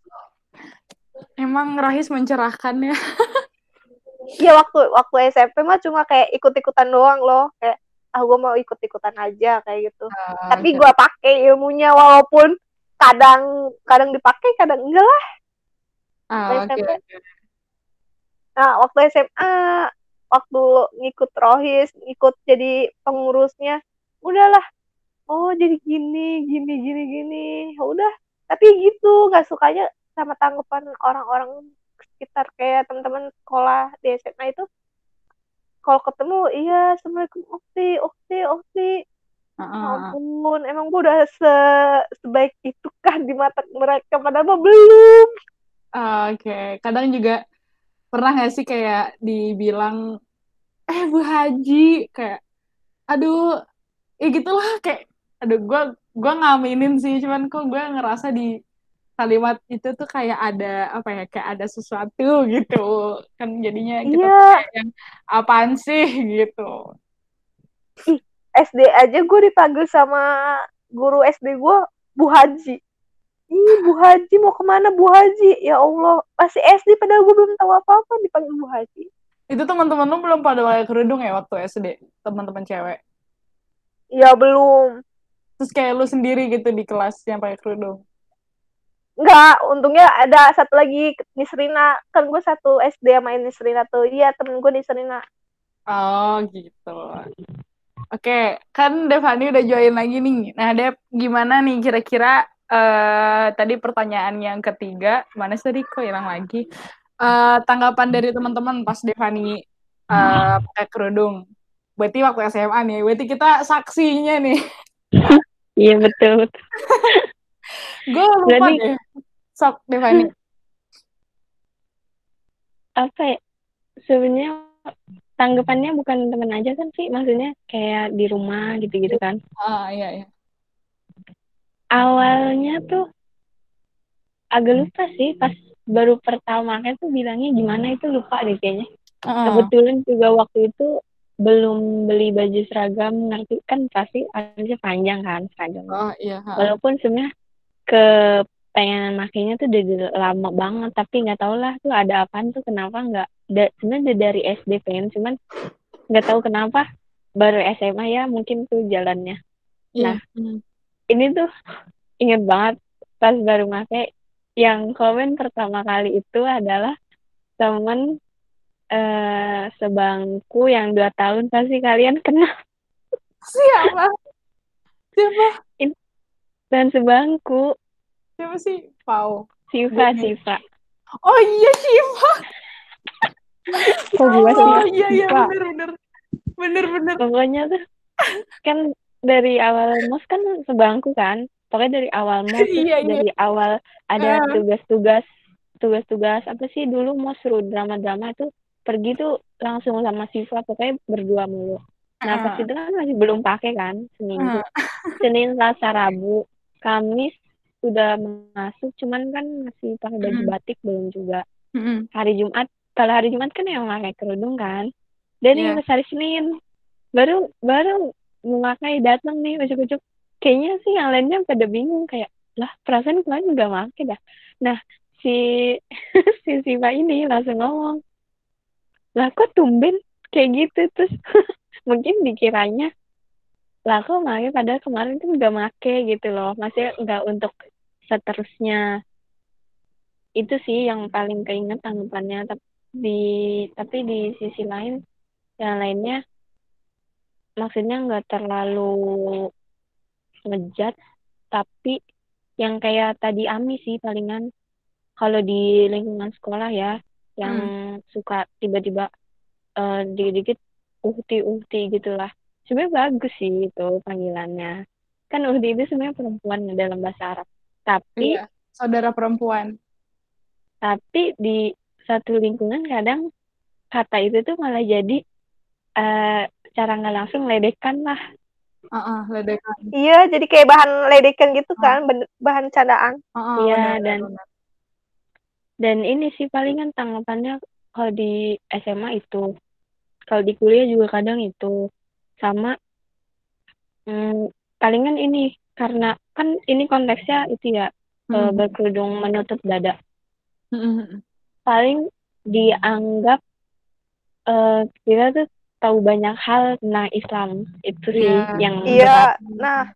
Emang rohis mencerahkan ya? Iya waktu waktu S M P mah cuma kayak ikut-ikutan doang loh, kayak ah gue mau ikut-ikutan aja kayak gitu. Uh, Tapi okay. gue pakai ilmunya walaupun kadang kadang dipakai kadang enggak lah. Uh, S M P. Okay. Nah waktu S M A waktu ngikut rohis, ikut jadi pengurusnya, udahlah. Oh jadi gini, gini, gini, gini. Ya udah. Tapi gitu, nggak sukanya sama tanggapan orang-orang sekitar kayak teman-teman sekolah di S M A itu. Kalau ketemu, iya, assalamualaikum ukti, ukti, ukti. Uh-uh. Ampun, emang gue udah se- sebaik itu kan di mata mereka, padahal mah belum. Uh, Oke, okay. Kadang juga pernah nggak sih kayak dibilang, eh Bu Haji, kayak, aduh, ya gitulah kayak. Aduh, gue gue ngaminin sih, cuman kok gue ngerasa di kalimat itu tuh kayak ada apa ya, kayak ada sesuatu gitu kan, jadinya kita yeah. kayak yang apaan sih gitu. Ih, S D aja gue dipanggil sama guru S D gue Bu Haji. Ih, Bu Haji mau kemana Bu Haji? Ya Allah, masih S D padahal gue belum tahu apa-apa dipanggil Bu Haji. Itu teman-teman lu belum pada pakai kerudung ya waktu S D, teman-teman cewek? Iya belum. Terus kayak lu sendiri gitu di kelas yang pakai kerudung? Enggak, untungnya ada satu lagi, Nisrina. Kan gue satu S D sama Nisrina tuh. Iya, temen gue Nisrina. Oh, gitu. Oke, kan Devani udah join lagi nih. Nah, Dev, gimana nih kira-kira uh, tadi pertanyaan yang ketiga, mana sih kok hilang lagi? Uh, tanggapan dari teman-teman pas Devani uh, pakai kerudung. Berarti waktu S M A nih, berarti kita saksinya nih. Iya, betul. Gue lupa Jadi, deh. Sok, Devani. Apa ya? Sebenarnya tanggapannya bukan teman aja kan sih, maksudnya kayak di rumah gitu-gitu kan. Ah, iya, iya. Awalnya tuh agak lupa sih, pas baru pertama kan tuh bilangnya gimana itu lupa deh kayaknya. Uh. Kebetulan juga waktu itu belum beli baju seragam, ngerti kan pasti harusnya panjang kan seragam. Oh, iya. Uh. Walaupun sebenarnya kepengenan makainya tuh udah lama banget, tapi nggak tahu lah tuh ada apaan tuh kenapa nggak. Da, sebenarnya dari S D pengen, cuman nggak tahu kenapa baru S M A ya mungkin tuh jalannya. Nah, Iya. ini tuh inget banget pas baru make yang komen pertama kali itu adalah temen eh, sebangku yang dua tahun pasti kalian kenal. Siapa? Siapa? Dan sebangku Siapa sih? Pau. Siva, Gue- Siva. Oh iya, Shiva. Kok gua sih? Oh iya, iya, Siva. bener, bener. Bener, bener. Pokoknya tuh kan dari awal mos kan sebangku kan. Pokoknya dari awal mos, terus Iya, iya. dari awal ada Eh. tugas-tugas tugas-tugas apa sih dulu mau suruh drama-drama tuh pergi tuh langsung sama Siva, pokoknya berdua mulu. Nah pas Eh. itu kan masih belum pakai kan seminggu. Eh. Senin, Selasa, Rabu, Kamis udah masuk, cuman kan masih pakai baju Mm-mm. batik belum juga. Mm-mm. Hari Jumat, kalau hari Jumat kan yang pakai kerudung kan. Dan Iya. yang pas hari Senin baru baru memakai datang nih ujuk-ujuk. Kayaknya sih yang lainnya pada bingung kayak lah perasaan kemarin nggak pakai dah. Nah si si Siva ini langsung ngomong lah kok tumben kayak gitu, terus mungkin dikiranya lah kok make padahal kemarin tuh nggak make gitu loh, maksudnya nggak untuk seterusnya. Itu sih yang paling keinget tanggapannya. Tapi di tapi di sisi lain yang lainnya maksudnya nggak terlalu ngejat, tapi yang kayak tadi Ami sih palingan kalau di lingkungan sekolah ya yang Hmm. suka tiba-tiba uh, dikit-dikit uhti-uhti gitulah. Sebenarnya bagus sih itu panggilannya. Kan uhti itu sebenarnya perempuan dalam bahasa Arab. Tapi Iya, saudara perempuan. tapi di satu lingkungan kadang kata itu tuh malah jadi uh, cara nggak langsung ledekan lah. Uh-uh, ledekan. Iya, jadi kayak bahan ledekan gitu kan, uh. bahan candaan. Uh-uh, iya, bener, dan bener. dan ini sih palingan tanggapannya kalau di S M A itu. Kalau di kuliah juga kadang itu. Sama hmm, palingan ini karena kan ini konteksnya itu ya hmm. berkerudung menutup dada. Hmm. Paling dianggap uh, kita tuh tahu banyak hal tentang Islam. Itu sih yeah. yang iya, nah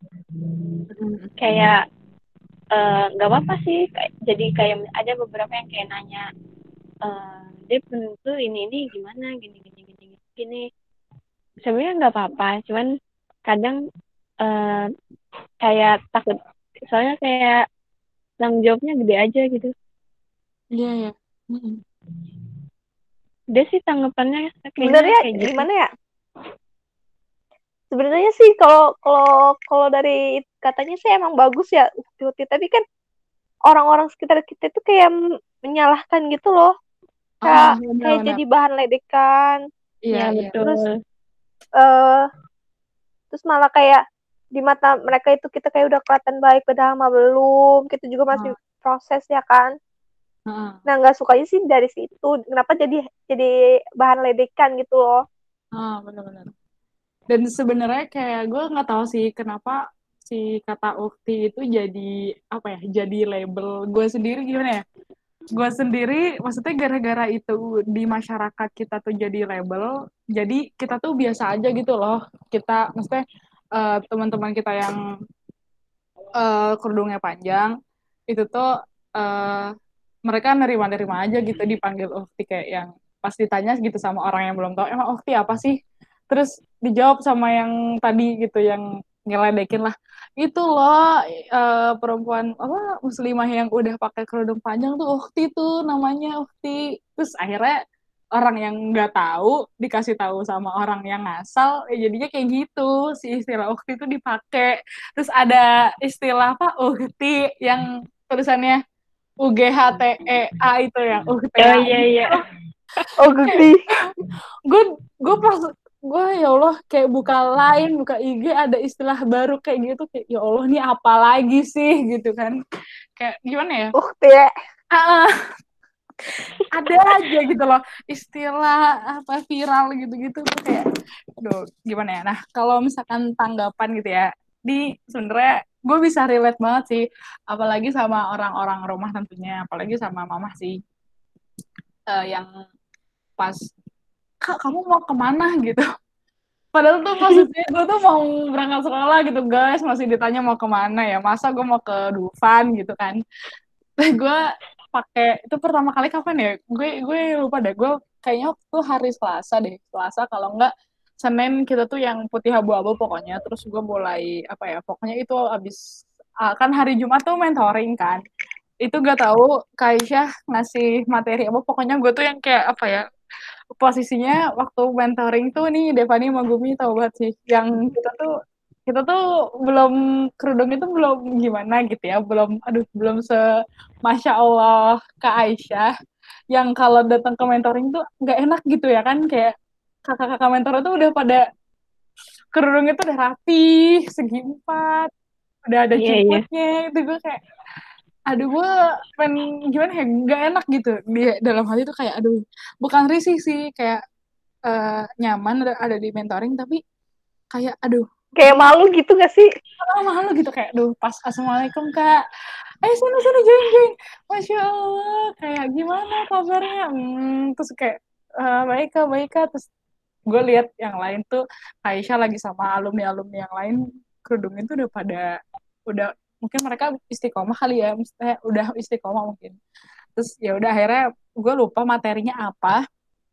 kayak nggak uh, apa-apa sih, kayak, jadi kayak ada beberapa yang kayak nanya uh, dia penentu ini ini gimana gini gini gini gini. Sebenarnya nggak apa-apa, cuman kadang uh, kayak takut soalnya kayak tanggung jawabnya gede aja gitu. Iya yeah, ya. Yeah. Mm-hmm. Dia sih tanggapannya sebenarnya kayak gitu. Gimana ya? Sebenarnya sih kalau kalau kalau dari katanya sih emang bagus ya ukti-ukti, tapi kan orang-orang sekitar kita itu kayak menyalahkan gitu loh. Kayak, oh, bener, kayak bener. jadi bahan ledekan. Iya, ya, betul. Terus uh, terus malah kayak di mata mereka itu kita kayak udah kelihatan baik padahal mah belum. Kita juga masih oh. proses ya kan. Uh. Nah, nggak sukanya sih dari situ. Kenapa jadi jadi bahan ledekan gitu loh. Ah, benar-benar. Dan sebenarnya kayak gue nggak tahu sih kenapa si kata ukti itu jadi apa ya, jadi label gue sendiri gimana ya, gue sendiri maksudnya gara-gara itu di masyarakat kita tuh jadi label, jadi kita tuh biasa aja gitu loh, kita maksudnya uh, teman-teman kita yang uh, kerudungnya panjang itu tuh uh, mereka nerima-nerima aja gitu dipanggil ukti, kayak yang pas ditanya gitu sama orang yang belum tahu emang ukti apa sih, terus dijawab sama yang tadi gitu yang ngeledekin lah, itu loh uh, perempuan apa muslimah yang udah pakai kerudung panjang tuh ukti tuh namanya ukti. Terus akhirnya orang yang nggak tahu dikasih tahu sama orang yang ngasal, ya jadinya kayak gitu si istilah ukti itu dipakai. Terus ada istilah apa ukti yang tulisannya U G H T E A itu yang ukti. Oh iya iya. Oh ukti. Gue gue pas gue ya Allah kayak buka Line, buka I G ada istilah baru kayak gitu, kayak ya Allah ini apa lagi sih gitu kan, kayak gimana ya, ukti ya. Uh, ada aja gitu loh istilah apa viral gitu-gitu tuh kayak aduh gimana ya. Nah kalau misalkan tanggapan gitu ya, di sebenarnya gue bisa relate banget sih, apalagi sama orang-orang rumah tentunya, apalagi sama mama sih, uh, yang pas Kak kamu mau kemana gitu. Padahal tuh posisinya gue tuh mau berangkat sekolah gitu guys, masih ditanya mau kemana ya, masa gue mau ke Dufan gitu kan. Gue pakai itu pertama kali kapan ya, gue gue lupa deh, gue kayaknya waktu hari Selasa deh, Selasa kalau enggak Senin kita tuh yang putih abu-abu pokoknya. Terus gue mulai apa ya, pokoknya itu abis kan hari Jumat tuh mentoring kan, itu gak tahu Kaisyah ngasih materi apa, pokoknya gue tuh yang kayak apa ya, posisinya waktu mentoring tuh nih Devani sama Gumi tau banget sih, yang kita tuh kita tuh belum kerudung itu belum gimana gitu ya, belum aduh belum se Masya Allah Kak Aisyah yang kalau datang ke mentoring tuh nggak enak gitu ya kan, kayak kakak-kakak mentor tuh udah pada kerudungnya tuh udah rapi segi empat, udah ada Iya, iya. ciputnya itu, gue kayak aduh gue pengen gimana ya, nggak enak gitu di dalam hati tuh, kayak aduh bukan risih sih, kayak uh, nyaman ada, ada di mentoring, tapi kayak aduh kayak malu gitu gak sih? Oh, malu gitu, kayak aduh pas assalamualaikum kak, ayo sini sini join join, Masya Allah kayak gimana kabarnya, hmm, terus kayak uh, baik kak baik kak, terus gue lihat yang lain tuh Aisyah lagi sama alumni alumni yang lain, kerudungnya tuh udah pada udah mungkin mereka istiqomah kali ya, maksudnya udah istiqomah mungkin. Terus ya udah akhirnya gue lupa materinya apa.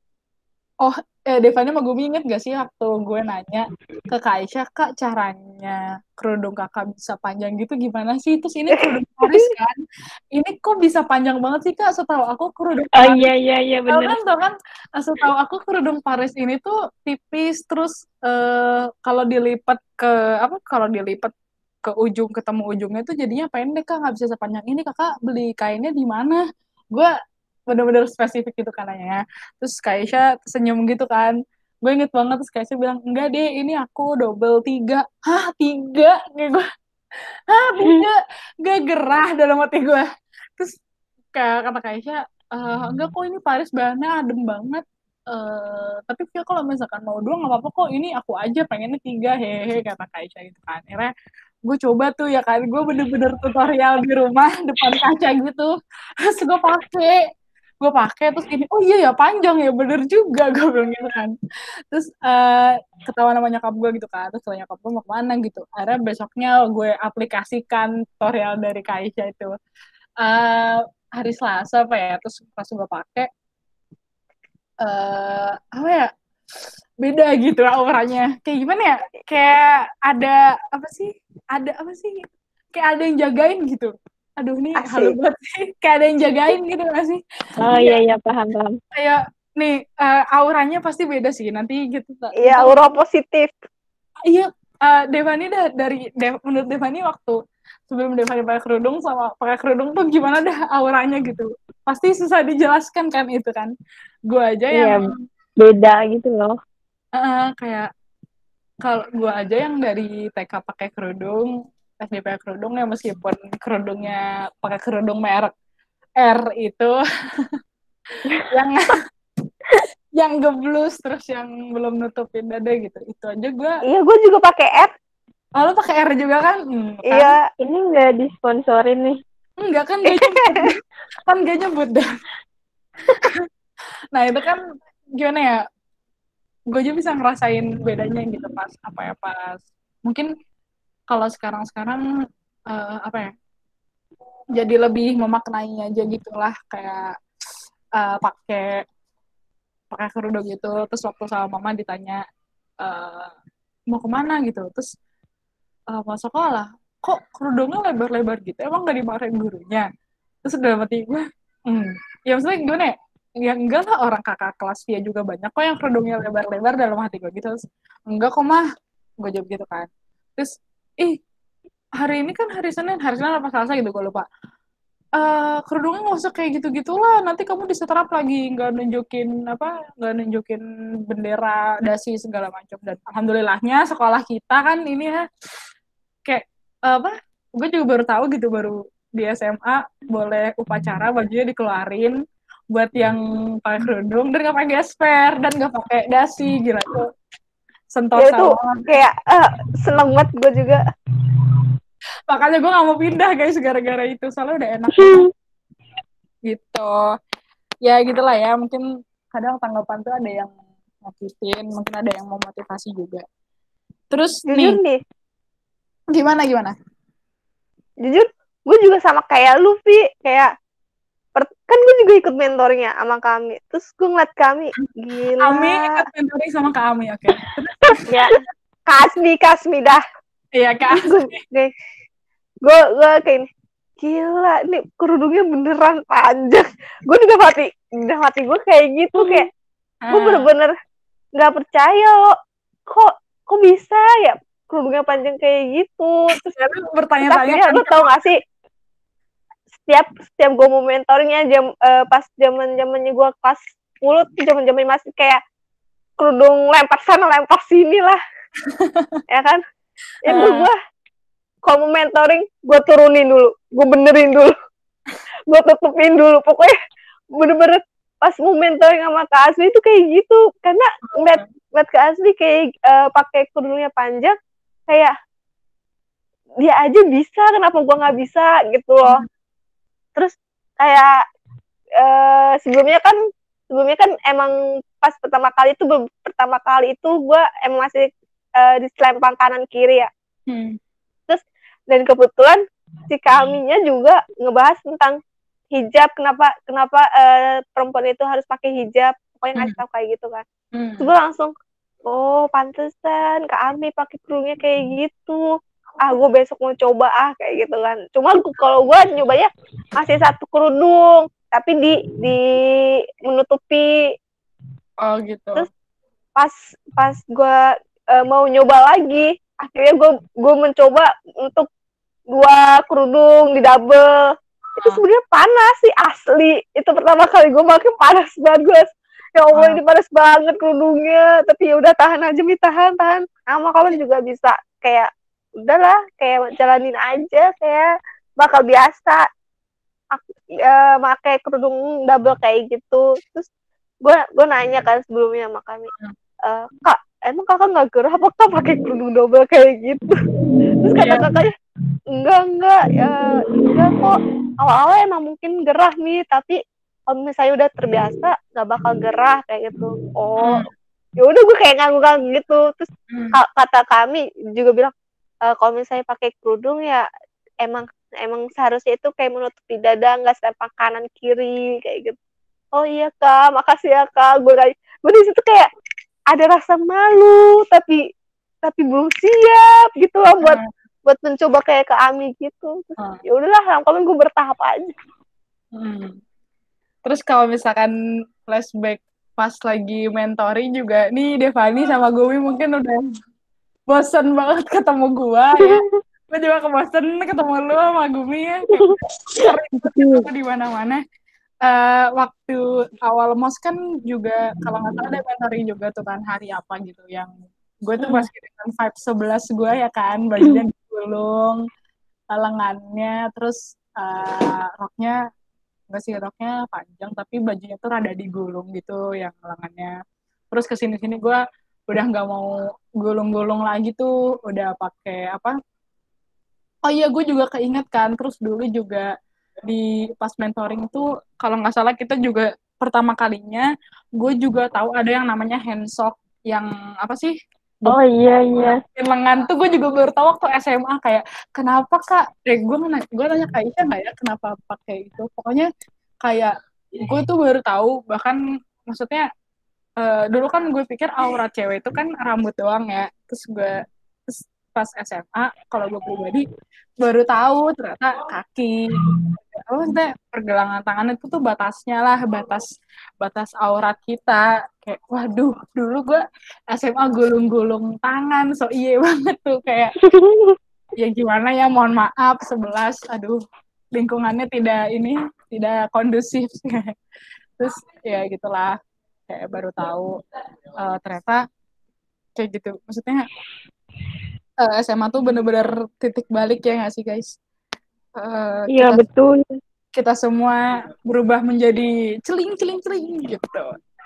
Oh, eh, Devani sama Gumi inget gak sih waktu gue nanya ke Kak Aisyah, Kak caranya kerudung kakak bisa panjang gitu gimana sih? Terus ini kerudung Paris kan, ini kok bisa panjang banget sih Kak? Setahu aku kerudung Paris. Oh iya iya iya benar. Kan, tau kan, setahu aku kerudung Paris ini tuh tipis, terus uh, kalau dilipat ke apa? Kalau dilipat ke ujung ketemu ujungnya tuh jadinya pendek Kak, nggak bisa sepanjang ini. Kakak beli kainnya di mana? Gue bener-bener spesifik gitu kan nanya. Terus Kaisha senyum gitu kan. Gue inget banget, terus Kaisha bilang, enggak deh ini aku double tiga. Hah tiga? Kayak gue, hah tiga? Gak gerah dalam hati gue. Terus kayak kata Kaisha, e, enggak kok ini Paris bahannya adem banget. Uh, tapi Via kalau misalkan mau dua nggak apa-apa kok, ini aku aja pengennya tiga, hehe kata Kaisha gitu kan. Akhirnya gue coba tuh ya kan, gue bener-bener tutorial di rumah depan kaca gitu, terus gue pakai gue pakai terus ini, oh iya ya panjang ya, bener juga gue bilang gitu kan. Terus uh, ketawa nama nyokap gue gitu kan, terus nyokap gue mau kemana gitu, akhirnya besoknya gue aplikasikan tutorial dari Kaisha itu uh, hari Selasa apa ya, terus pas gue pakai uh, apa ya, beda gitu auranya, kayak gimana ya, kayak ada apa sih, ada apa sih, kayak ada yang jagain gitu. Aduh nih halu banget sih, kayak ada yang jagain gitu gak sih? Oh iya iya paham paham. Kayak nih uh, auranya pasti beda sih nanti gitu. Iya, aura positif. Iya, uh, Devani dah dari Dev, menurut Devani waktu sebelum Devani pakai kerudung sama pakai kerudung tuh gimana dah auranya gitu. Pasti susah dijelaskan kan itu kan. Gue aja yang iya, beda gitu loh. Uh, kayak kalau gue aja yang dari T K pakai kerudung, S D pakai kerudung ya, meskipun kerudungnya pakai kerudung merek R itu yang yang geblus terus yang belum nutupin dada gitu, itu aja gue. Iya, gue juga pakai R. Oh, lo pakai R juga kan? Hmm, iya. Kan? Ini nggak disponsorin nih. Enggak kan, gak nyebut kan gak nyebut dah. Nah itu kan gimana ya, gue aja bisa ngerasain bedanya gitu pas apa ya, pas mungkin kalau sekarang-sekarang uh, apa ya, jadi lebih memaknai aja gitulah, kayak uh, pakai pakai kerudung gitu. Terus waktu sama mama ditanya uh, mau kemana gitu, terus uh, mau sekolah, kok kerudungnya lebar-lebar gitu, emang gak dimarahin gurunya? Terus dalam hati gue, hmm, ya maksudnya gimana ya, ya enggak lah, orang kakak kelas dia juga banyak kok yang kerudungnya lebar-lebar, dalam hati gue gitu. Terus enggak kok mah, gue jawab gitu kan. Terus ih hari ini kan hari Senin, hari Senin apa Selasa gitu gue lupa, uh, kerudungnya nggak usah kayak gitu-gitulah, nanti kamu disetrap lagi, nggak nunjukin apa, nggak nunjukin bendera dasi segala macam. Dan alhamdulillahnya sekolah kita kan ini ya kayak apa, gue juga baru tahu gitu, baru di S M A boleh upacara bajunya dikeluarin buat yang pakai kerudung dan nggak pakai gesper dan nggak pakai dasi, gila tuh sentosa. Ya itu kayak uh, seneng banget gue juga. Makanya gue nggak mau pindah guys gara-gara itu, soalnya udah enak gitu. Ya gitulah ya, mungkin kadang tanggapan tuh ada yang nyakitin, mungkin ada yang mau motivasi juga. Terus Jujur nih, nih, gimana gimana? jujur gue juga sama kayak lu, Vi. Kayak per- kan gue juga ikut mentornya sama kami. Terus gue ngeliat kami, gila. Ami ikut mentoring sama Kak Ami, oke. Ya, Kasmi, Kasmi dah. Iya, Kak. Gue gue gue kayak ini, gila, nih kerudungnya beneran panjang. Gue udah mati, udah mati gue kayak gitu, kayak gue bener-bener nggak percaya loh, kok kok bisa ya kerudungnya panjang kayak gitu. Terus ya, bertanya-tanya akhirnya lo tau gak sih, setiap setiap gue mau mentornya jam uh, pas zaman zamannya gue kelas sepuluh tuh zaman zaman masih kayak kerudung lempar sana lempar sini lah. Ya kan, itu uh. gue kalau mau mentoring gue turunin dulu, gue benerin dulu, gue tutupin dulu, pokoknya bener-bener pas mau mentoring sama Kak Asli itu kayak gitu, karena ngeliat ngeliat Kak Asli kayak uh, pakai kerudungnya panjang, kayak dia aja bisa, kenapa gue nggak bisa gitu loh. Terus kayak uh, sebelumnya kan sebelumnya kan emang pas pertama kali itu pertama kali itu gue emang masih uh, di selempang kanan kiri ya. Hmm. Terus dan kebetulan si kaminya juga ngebahas tentang hijab, kenapa kenapa uh, perempuan itu harus pakai hijab, pokoknya ngasih tau kayak gitu kan. Hmm. Terus gue langsung, oh pantesan Kak Ami pakai kerudungnya kayak gitu. Ah gue besok mau coba ah kayak gitu kan. Cuma kalau gue nyobanya masih satu kerudung, tapi di di menutupi. Oh gitu. Terus pas pas gue uh, mau nyoba lagi, akhirnya gue gue mencoba untuk dua kerudung di double. Itu sebenarnya panas sih asli. Itu pertama kali gue pakai panas banget gue. Ya Allah ah. Ini panas banget kerudungnya. Tapi ya udah tahan aja nih, tahan tahan. Sama kalian juga bisa kayak udahlah kayak jalanin aja, kayak bakal biasa ya, pakai kerudung double kayak gitu. Terus gue gue nanya kan sebelumnya sama kami, e, Kak emang kakak nggak gerah apa kak pakai kerudung double kayak gitu? Terus kata yeah. kakaknya enggak enggak ya enggak kok, awal-awal emang mungkin gerah nih, tapi kalau misalnya udah terbiasa nggak bakal gerah kayak gitu. Oh ya udah gue kayak ngangguk-ngangguk gitu. Terus hmm. kata kami juga bilang, e, kalau misalnya pakai kerudung ya emang emang seharusnya itu kayak menutupi dada, nggak selempang kanan kiri kayak gitu. Oh iya kak, makasih ya kak. Gue kayak gue di situ kayak ada rasa malu tapi tapi belum siap gitu loh buat hmm. buat mencoba kayak ke Ami gitu. Hmm. Ya udahlah, kalau gue bertahap aja. Hmm. Terus kalau misalkan flashback pas lagi mentoring juga, nih Devani sama Gumi mungkin udah bosen banget ketemu gue ya. Gue juga kebosen ketemu lu sama Gumi ya. Sering ketemu di mana-mana. Uh, waktu awal mos kan juga kalau nggak salah ada mentoring juga tuh kan hari apa gitu yang gue tuh masih dengan vibe sebelas gue ya kan, bajunya digulung, lengannya, terus uh, roknya nggak sih roknya panjang tapi bajunya tuh rada digulung gitu yang lengannya. Terus kesini-sini gue udah nggak mau gulung-gulung lagi tuh, udah pakai apa? Oh iya gue juga keinget kan, terus dulu juga di pas mentoring itu kalau nggak salah kita juga pertama kalinya gue juga tahu ada yang namanya handsock yang apa sih? Oh iya iya. Lengan tuh gue juga baru tahu waktu S M A, kayak kenapa kak? Eh gue nanya gue nanya kak Isya nggak ya kenapa pakai itu? Pokoknya kayak gue tuh baru tahu, bahkan maksudnya uh, dulu kan gue pikir aura cewek itu kan rambut doang ya, terus gue terus pas S M A kalau gue pribadi baru tahu ternyata kaki, apa maksudnya pergelangan tangan itu tuh batasnya lah, batas batas aurat kita. Kayak waduh, dulu gue S M A gulung-gulung tangan, so iye banget tuh kayak ya gimana ya, mohon maaf sebelas, aduh lingkungannya tidak ini tidak kondusif. Terus ya gitulah, kayak baru tahu uh, ternyata kayak gitu. Maksudnya uh, S M A tuh bener-bener titik balik ya nggak sih guys? Uh, iya kita, betul. Kita semua berubah menjadi celing-celing-celing gitu.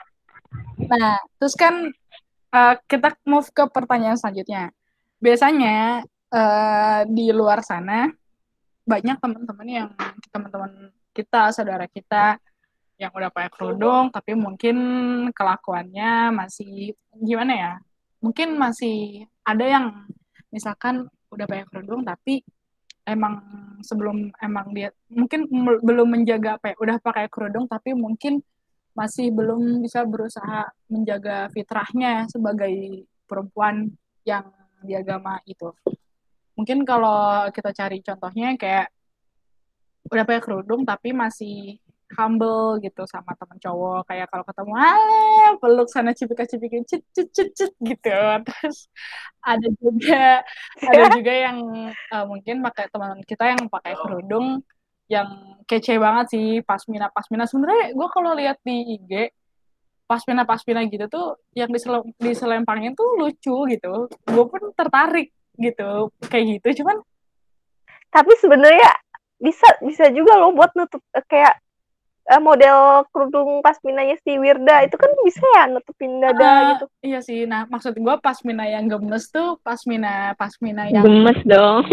Nah, terus kan uh, kita move ke pertanyaan selanjutnya. Biasanya uh, di luar sana banyak teman-teman yang teman-teman kita, saudara kita yang udah pakai kerudung tapi mungkin kelakuannya masih gimana ya? Mungkin masih ada yang misalkan udah pakai kerudung tapi emang sebelum emang dia mungkin m- belum menjaga apa ya, udah pakai kerudung tapi mungkin masih belum bisa berusaha menjaga fitrahnya sebagai perempuan yang di agama itu. Mungkin kalau kita cari contohnya kayak udah pakai kerudung tapi masih humble gitu sama temen cowok, kayak kalau ketemu ale peluk sana cipika-cipikin cit cit cit cit gitu. Terus ada juga ada juga yang uh, mungkin pakai teman kita yang pakai kerudung yang kece banget sih, pasmina pasmina sebenarnya gue kalau lihat di I G pasmina pasmina gitu tuh yang disel diselempangin tuh lucu gitu, gue pun tertarik gitu kayak gitu. Cuman tapi sebenarnya bisa bisa juga loh buat nutup eh, kayak eh, model kerudung pasminanya si Wirda itu kan bisa ya nutupin dada uh, gitu. iya sih, nah maksud gue pasmina yang gemes tuh pasmina pasmina yang Gemes dong.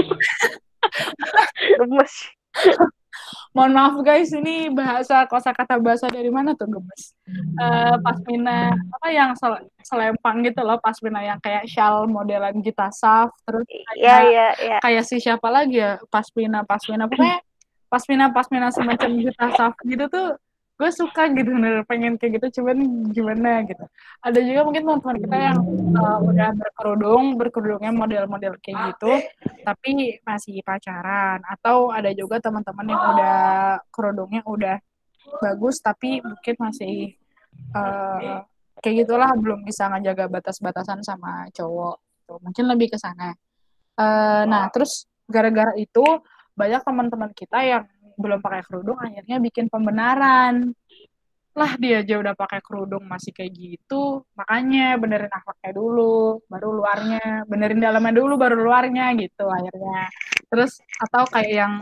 Gemes. mohon maaf guys, ini bahasa kosakata bahasa dari mana tuh gemes? Uh, pasmina apa yang sel selempang gitu loh, pasmina yang kayak shawl modelan Gita Saf, terus Iya kayak iya iya. kayak si siapa lagi ya, pasmina pasmina pokoknya pasmina pasmina semacam Gita Saf gitu tuh gue suka gitu, bener pengen kayak gitu, cuman gimana gitu. Ada juga mungkin teman-teman kita yang uh, udah berkerudung, berkerudungnya model-model kayak gitu tapi masih pacaran, atau ada juga teman-teman yang udah kerudungnya udah bagus tapi mungkin masih uh, kayak gitulah, belum bisa ngejaga batas-batasan sama cowok gitu. Mungkin lebih ke sana. Uh, nah terus gara-gara itu banyak teman-teman kita yang belum pakai kerudung akhirnya bikin pembenaran, lah dia aja udah pakai kerudung masih kayak gitu, makanya benerin akhlaknya dulu baru luarnya, benerin dalamnya dulu baru luarnya gitu akhirnya. Terus atau kayak yang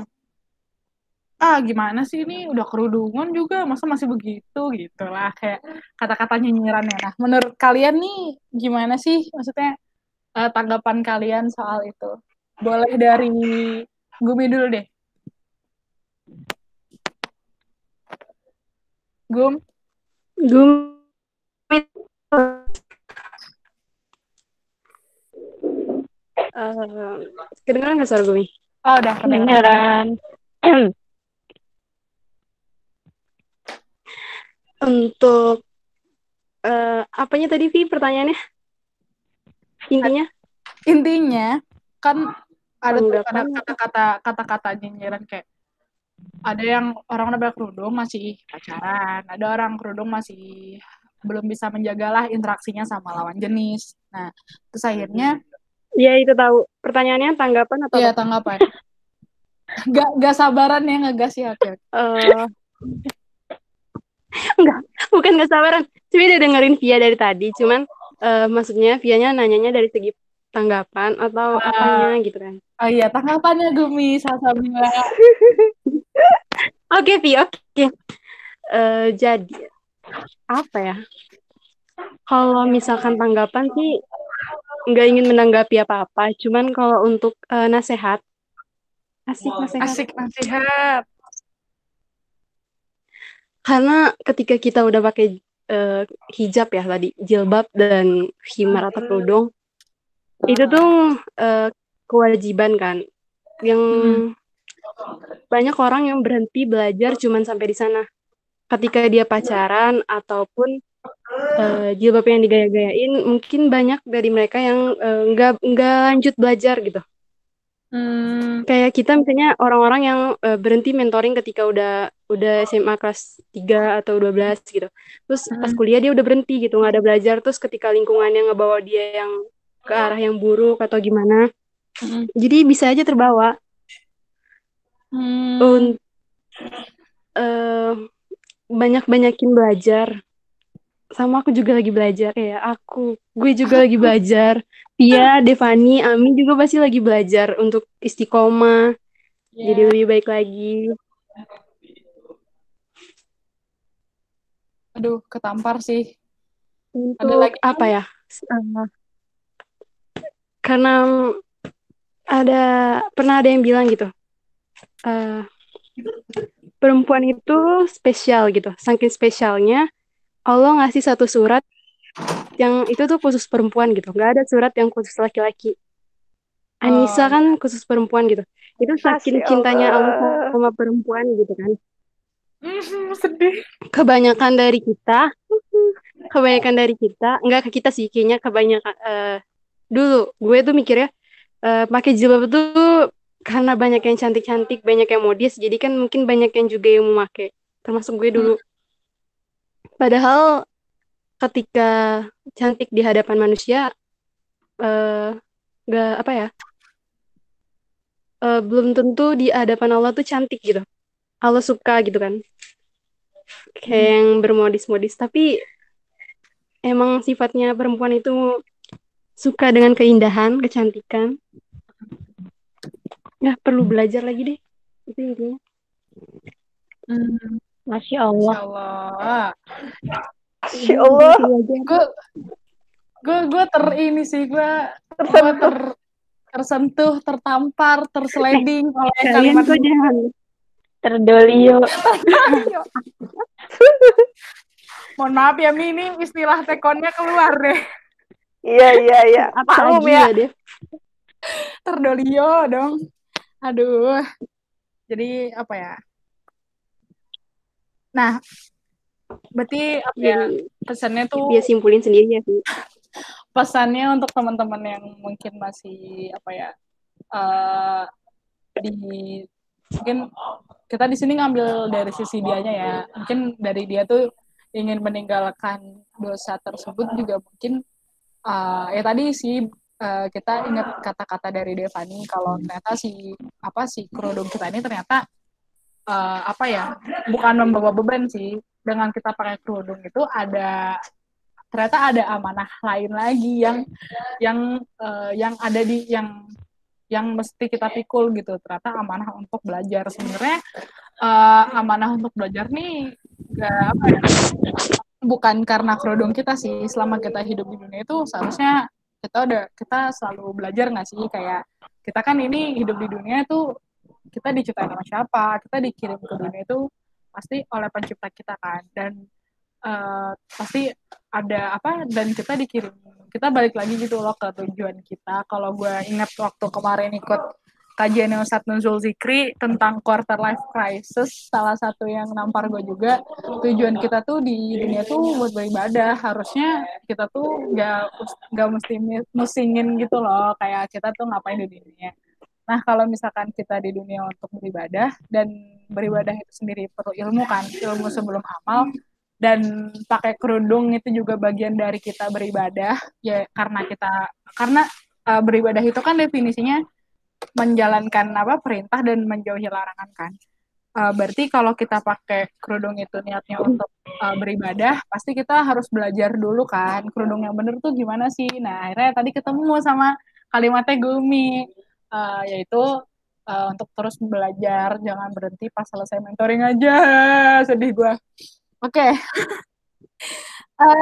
ah gimana sih ini udah kerudungan juga masa masih begitu gitu lah, kayak kata-kata nyinyirannya. Nah menurut kalian nih gimana sih, maksudnya uh, tanggapan kalian soal itu? Boleh dari Gumi dulu deh. Gum? Gumi. Uh, kedengeran nggak suara Gumi? Oh udah Kedengeran. Untuk uh, apanya tadi Vi pertanyaannya? Intinya? Intinya kan ada tuh Tanggapan kata-kata kata-kata nyinyiran kayak ada yang orang udah kerudung masih pacaran, ada orang kerudung masih belum bisa menjagalah interaksinya sama lawan jenis. Nah, terus akhirnya Iya itu tahu. Pertanyaannya tanggapan atau iya apa? tanggapan. Gak, gak sabaran ya ngegas ya, oke. Uh, enggak, bukan gak sabaran. Cuma udah dengerin Via dari tadi, cuman uh, maksudnya Vianya nanyanya dari segi tanggapan atau Uh, apanya gitu kan. Oh iya, tanggapannya Gumi, Salsabila. Oke Vi, oke. Okay. Uh, jadi apa ya? Kalau misalkan tanggapan sih nggak ingin menanggapi apa-apa, cuman kalau untuk uh, nasehat, asik nasehat. Asik nasihat. Karena ketika kita udah pakai uh, hijab ya tadi, jilbab dan khimar atau kerudung, itu tuh uh, kewajiban kan, yang hmm. banyak orang yang berhenti belajar cuman sampai di sana. Ketika dia pacaran ataupun uh, jilbab yang digaya-gayain, mungkin banyak dari mereka yang nggak uh, nggak lanjut belajar gitu. Hmm. Kayak kita misalnya orang-orang yang uh, berhenti mentoring ketika udah udah S M A kelas tiga atau dua belas gitu. Terus hmm. pas kuliah dia udah berhenti gitu, nggak ada belajar. Terus ketika lingkungannya ngebawa dia yang ke arah yang buruk atau gimana, hmm. jadi bisa aja terbawa. Hmm. Un- uh, banyak-banyakin belajar. Sama aku juga lagi belajar ya, aku gue juga lagi belajar. Tia, Devani, Ami juga pasti lagi belajar untuk istiqomah, yeah. Jadi lebih baik lagi. Aduh, ketampar sih. Untuk ada lagi apa ya? Uh, karena ada pernah ada yang bilang gitu. Uh, perempuan itu spesial gitu. Saking spesialnya Allah ngasih satu surat yang itu tuh khusus perempuan gitu. Nggak ada surat yang khusus laki-laki. Anissa Oh, kan khusus perempuan gitu. Itu saking Masya cintanya Allah Allah. sama perempuan gitu kan. mhm, sedih. Kebanyakan dari kita, kebanyakan dari kita, enggak ke kita sih, kayaknya kebanyakan eh, dulu gue tuh mikirnya eh, pakai jilbab tuh karena banyak yang cantik-cantik, banyak yang modis, jadi kan mungkin banyak yang juga yang mau pakai. Termasuk gue dulu. Padahal ketika cantik di hadapan manusia, eh nggak apa ya, eh, belum tentu di hadapan Allah tuh cantik gitu. Allah suka gitu kan, kayak Hmm. yang bermodis-modis. Tapi emang sifatnya perempuan itu suka dengan keindahan, kecantikan. Ya perlu belajar lagi deh. Itu intinya. Hmm, Masya Masya Allah. Allah. Masya Iya, Allah. gitu aja. Gue gue gue ter ini sih gue gue Tersentuh. ter tersentuh, tertampar, tersliding oleh Kalian kalimat kok jangan. Terdolio. Ayo. Mohon maaf ya Mi, ini istilah tekonnya keluar deh. Iya, iya, iya. Apa Maklum lagi ya. ya, Dev? Terdolio dong. Aduh. Jadi apa ya? Nah, berarti apa ya? Jadi Pesannya tuh dia simpulin sendiri ya sih. pesannya untuk teman-teman yang mungkin masih apa ya? eh di mungkin kita di sini ngambil dari sisi dianya ya. Mungkin dari dia tuh ingin meninggalkan dosa tersebut juga mungkin uh, ya tadi sih uh, kita ingat kata-kata dari Devani kalau ternyata si apa si kerudung kita ini ternyata uh, apa ya bukan membawa beban sih dengan kita pakai kerudung itu ada ternyata ada amanah lain lagi yang yang uh, yang ada di yang yang mesti kita pikul gitu ternyata amanah untuk belajar sebenarnya uh, amanah untuk belajar nih gak apa ya bukan karena kerudung kita sih selama kita hidup di dunia itu seharusnya kita udah kita selalu belajar nggak sih kayak kita kan ini hidup di dunia itu kita diciptakan sama siapa kita dikirim ke dunia itu pasti oleh pencipta kita kan dan uh, pasti ada apa dan kita dikirim kita balik lagi gitu loh ke tujuan kita kalau gue ingat waktu kemarin ikut kajian Ustadz Nuzul Zikri tentang quarter life crisis salah satu yang nampar gue juga tujuan kita tuh di dunia tuh buat beribadah harusnya kita tuh nggak nggak mesti musingin gitu loh kayak kita tuh ngapain di dunia. Nah kalau misalkan kita di dunia untuk beribadah dan beribadah itu sendiri perlu ilmu kan ilmu sebelum amal dan pakai kerudung itu juga bagian dari kita beribadah ya karena kita karena uh, beribadah itu kan definisinya menjalankan apa perintah dan menjauhi larangan kan. Uh, berarti kalau kita pakai kerudung itu niatnya untuk uh, beribadah, pasti kita harus belajar dulu kan kerudung yang bener tuh gimana sih. Nah akhirnya tadi ketemu sama kalimatnya Gumi, uh, yaitu uh, untuk terus belajar, jangan berhenti pas selesai mentoring aja. Sedih gue. Oke. Okay. uh,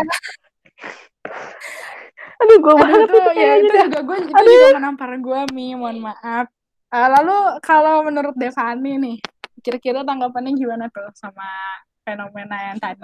Aduh, gue Aduh banget tuh itu ya itu dah. juga gue itu Aduh. juga menampar gue Mi, mohon maaf. Uh, lalu kalau menurut Devani nih, kira-kira tanggapannya gimana tuh sama fenomena yang tadi?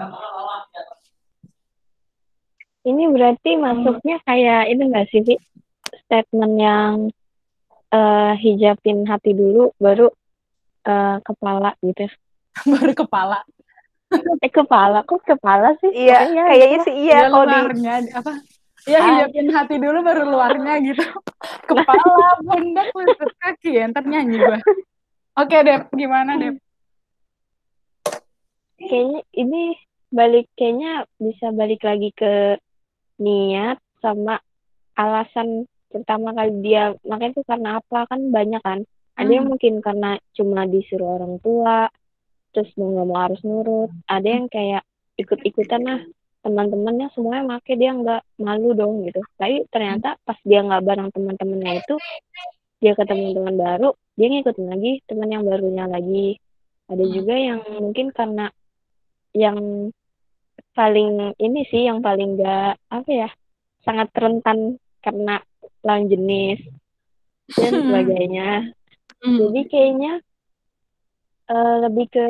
Ini berarti masuknya kayak ini nggak sih, Vi? Statement yang uh, hijabin hati dulu, baru uh, kepala gitu. Baru kepala. Eh kepala, kok kepala sih? Iya, Kayaknya, kayaknya sih iya. Ya, Kalau di luarnya apa? Ya hijabin hati dulu baru luarnya gitu. Kepala, pundak, lutut kaki ya, ntar nyanyi gue. Oke Dep, gimana Dep? Kayaknya ini balik kayaknya bisa balik lagi ke niat sama alasan pertama kali dia makanya itu karena apa kan banyak kan ada yang Hmm. mungkin karena cuma disuruh orang tua terus mau nggak mau harus nurut ada yang kayak ikut-ikutan lah teman-temannya semuanya make dia nggak malu dong gitu tapi ternyata pas dia nggak bareng teman-temannya itu dia ketemu teman baru dia ngikutin lagi teman yang barunya lagi ada juga yang mungkin karena yang paling ini sih yang paling nggak apa ya sangat rentan karena lawan jenis dan sebagainya. Hmm. Jadi kayaknya uh, lebih ke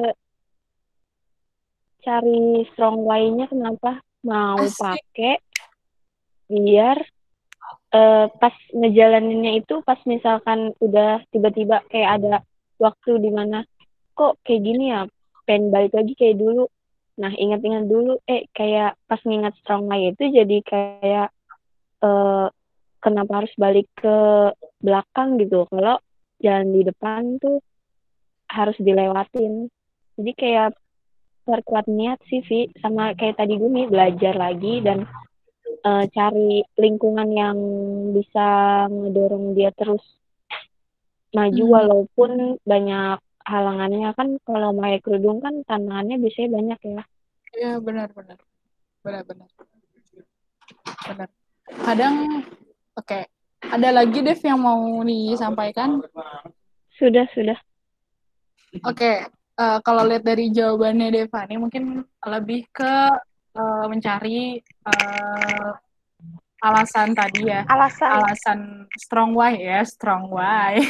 cari strong way-nya kenapa mau pakai biar uh, pas ngejalaninnya itu pas misalkan udah tiba-tiba kayak ada waktu di mana kok kayak gini ya, pengen balik lagi kayak dulu. Nah, ingat-ingat dulu, eh kayak pas ngingat strong way itu jadi kayak uh, kenapa harus balik ke belakang gitu. Kalau jalan di depan tuh harus dilewatin. Jadi kayak perkuat niat sih, Vi. Sama kayak tadi Gumi, belajar lagi dan uh, cari lingkungan yang bisa ngedorong dia terus maju hmm. walaupun banyak halangannya. Kan kalau pakai kerudung kan tantangannya biasanya banyak ya. Iya, benar-benar. Benar-benar. Benar. Kadang, oke. Okay. Ada lagi, Dev, yang mau disampaikan? Sudah, sudah. Oke. Okay. Uh, kalau lihat dari jawabannya Devani mungkin lebih ke uh, mencari uh, alasan tadi ya. Alasan. Alasan strong why ya, strong why.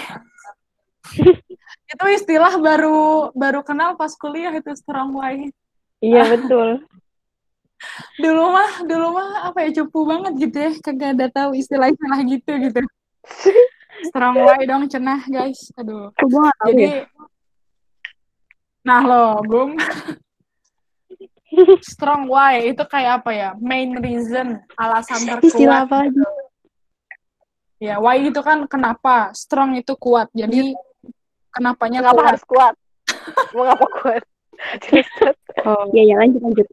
Itu istilah baru baru kenal pas kuliah itu strong why. Iya betul. dulu mah dulu mah apa ya cupu banget gitu ya, kagak ada tahu istilah-istilah gitu gitu. Strong why dong cenah guys. Aduh. Jadi nah lo, Gum. Strong why itu kayak apa ya? Main reason, alasan terkuat. Istilah apa lagi? Ya, why itu kan kenapa, strong itu kuat. Jadi kenapanya kenapa kuat. harus kuat? Mengapa kuat? Oh, iya ya lanjut lanjut.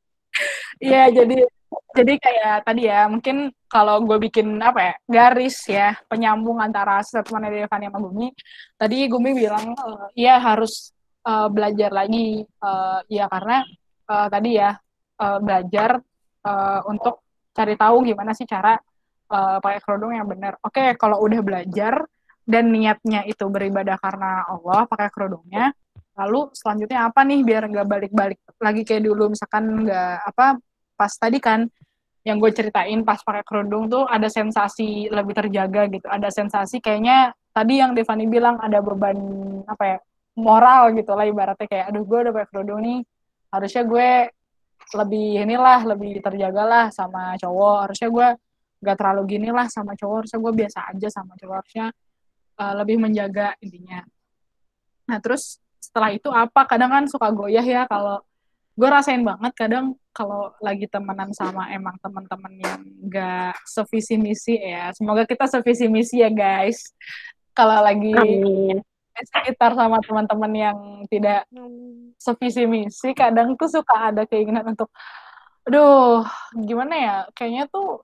Iya, jadi jadi kayak tadi ya, mungkin kalau gue bikin apa ya, garis ya, penyambung antara statement dari Devani sama Gumi. Tadi Gumi bilang uh, iya harus uh, belajar lagi, uh, ya karena uh, tadi ya uh, belajar uh, untuk cari tahu gimana sih cara uh, pakai kerudung yang benar. Oke, kalau udah belajar dan niatnya itu beribadah karena Allah pakai kerudungnya, lalu selanjutnya apa nih biar nggak balik-balik lagi kayak dulu, misalkan nggak apa pas tadi kan yang gue ceritain pas pakai kerudung tuh ada sensasi lebih terjaga gitu, ada sensasi kayaknya tadi yang Devani bilang ada beban apa ya moral gitu lah ibaratnya, kayak aduh gue udah pakai kerudung nih harusnya gue lebih inilah lebih terjaga lah sama cowok, harusnya gue nggak terlalu gini lah sama cowok, harusnya gue biasa aja sama cowok, harusnya uh, lebih menjaga intinya. Nah terus setelah itu apa, kadang kan suka goyah ya, kalau gue rasain banget kadang kalau lagi temenan sama emang teman-teman yang gak sevisi misi ya, semoga kita sevisi misi ya guys, kalau lagi Amin. sekitar sama teman-teman yang tidak sevisi misi, kadang tuh suka ada keinginan untuk aduh gimana ya, kayaknya tuh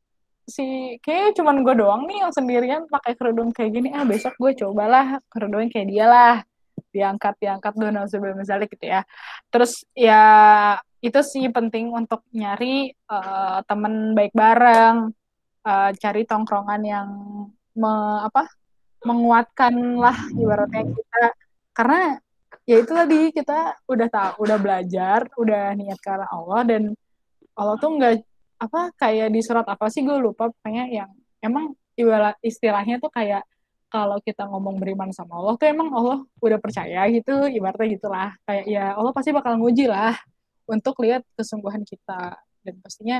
si kayaknya cuman gue doang nih yang sendirian pakai kerudung kayak gini, ah besok gue cobalah kerudung kayak dia lah, diangkat diangkat doang sebelum misalnya gitu ya. Terus ya itu sih penting untuk nyari uh, teman baik bareng, uh, cari tongkrongan yang me, apa menguatkan lah ibaratnya kita, karena ya itu tadi kita udah tahu, udah belajar, udah niat karena Allah, dan Allah tuh nggak apa kayak di surat apa sih gue lupa pokoknya yang emang istilahnya tuh kayak kalau kita ngomong beriman sama Allah tuh emang Allah udah percaya gitu, ibaratnya gitulah, kayak ya Allah pasti bakal nguji lah untuk lihat kesungguhan kita, dan pastinya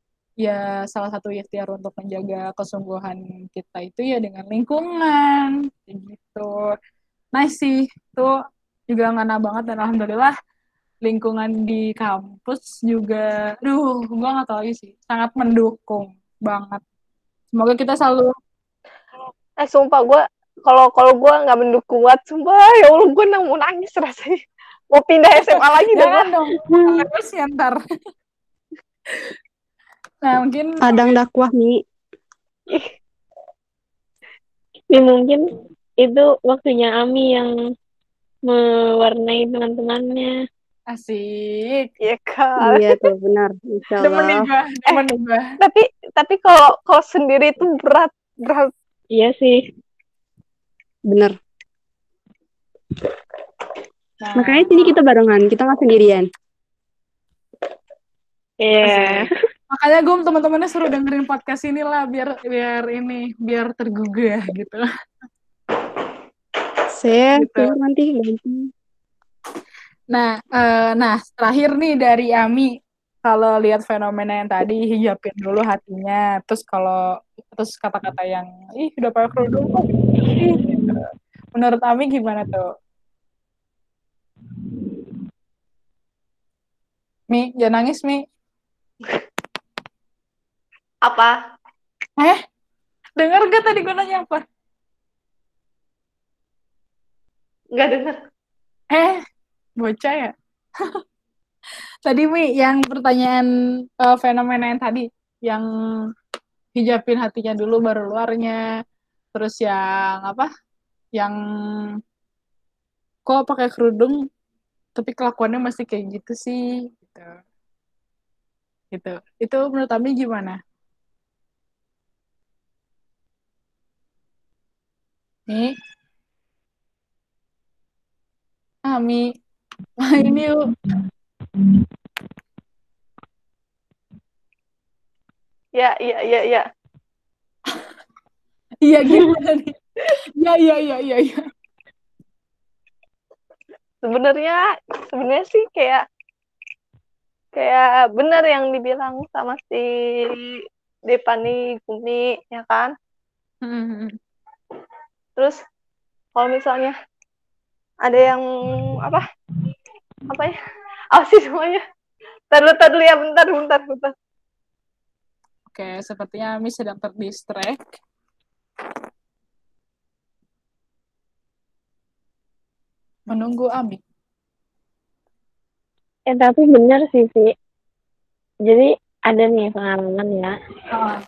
ya salah satu ikhtiar untuk menjaga kesungguhan kita itu ya dengan lingkungan gitu. Nice sih, tuh juga ngena banget, dan alhamdulillah lingkungan di kampus juga, duh gue nggak tahu lagi sih, sangat mendukung banget. Semoga kita selalu eh sumpah gue kalau kalau gue nggak mendukung buat sumpah ya Allah gue nang mau nangis rasanya, mau pindah S M A lagi jangan dong terus ya ntar. Nah mungkin adang dakwah nih ini mungkin itu waktunya Ami yang mewarnai teman-temannya. Asik. Iya kan. Iya tuh benar. Insyaallah. Demen nih gue, demen nih gue. Tapi tapi kalau kalau sendiri itu berat berat. Iya sih. Bener. Nah, makanya sini kita barengan, kita nggak sendirian. Iya. Yeah. Makanya gue teman-temannya suruh dengerin podcast ini lah biar biar ini biar tergugah gitu. Saya gitu. keluar nanti ganti. Nah, uh, nah terakhir nih dari Ami, kalau lihat fenomena yang tadi, hijabin dulu hatinya, terus kalau terus kata-kata yang ih udah pakai kerudung kok ih gitu. Menurut Ami gimana tuh? Mi, jangan nangis Mi. Apa? Eh, dengar gak tadi gue nanya apa? Nggak dengar. Eh, bocah ya? Tadi Mi, yang pertanyaan uh, fenomena yang tadi, yang hijabin hatinya dulu baru luarnya, terus yang apa? Yang kok pakai kerudung tapi kelakuannya masih kayak gitu sih, gitu. Gitu. Itu menurut Ami gimana? Nih, Ami, main yuk. Ya, iya, iya, iya. Iya gimana nih? Iya, iya, iya, iya, iya. Sebenarnya, sebenarnya sih kayak kayak benar yang dibilang sama si Depani Gumi, ya kan? Hmm. Terus kalau misalnya ada yang apa? Apa ya? Apa sih semuanya? Tadulu, tadulu ya, bentar, bentar, bentar. Oke, sepertinya Ami sedang terdistract. Menunggu Ami. Eh tapi bener sih sih. Jadi ada nih pengalaman ya. Oh.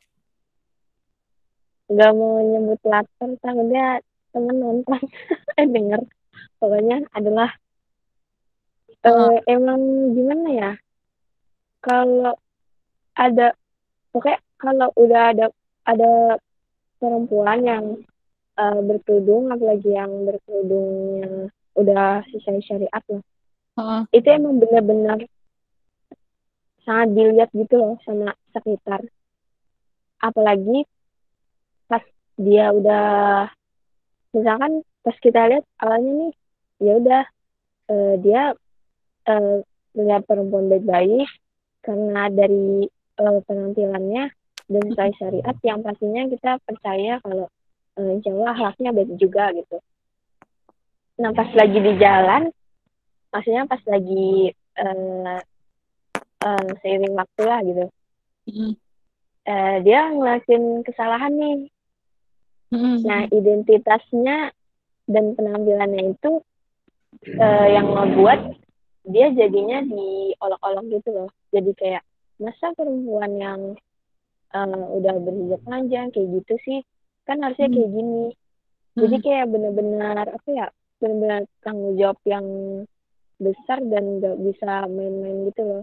Gak mau nyebut lapar, takutnya temen nonton. eh denger. Pokoknya adalah Oh. uh, emang gimana ya? Kalau ada, pokoknya kalau udah ada ada perempuan yang uh, berkerudung, apalagi yang berkerudungnya udah sesuai syariat lah. Oh. Itu emang benar-benar sangat dilihat gitu loh sama sekitar. Apalagi pas dia udah, misalkan pas kita lihat awalnya nih, ya udah uh, dia uh, melihat perempuan baik-baik karena dari uh, penampilannya dan sesuai syariat yang pastinya kita percaya kalau uh, insya Allah akhlaknya baik juga gitu. Nah pas lagi di jalan, maksudnya pas lagi uh, uh, seiring waktu lah gitu, Mm-hmm. uh, dia ngelakuin kesalahan nih. Mm-hmm. Nah identitasnya dan penampilannya itu uh, yang ngebuat dia jadinya diolok-olok gitu loh. Jadi kayak masa perempuan yang uh, udah berhijab panjang kayak gitu sih, kan harusnya Hmm. kayak gini. Jadi kayak benar-benar apa ya, benar-benar tanggung jawab yang besar dan gak bisa main-main gitu loh.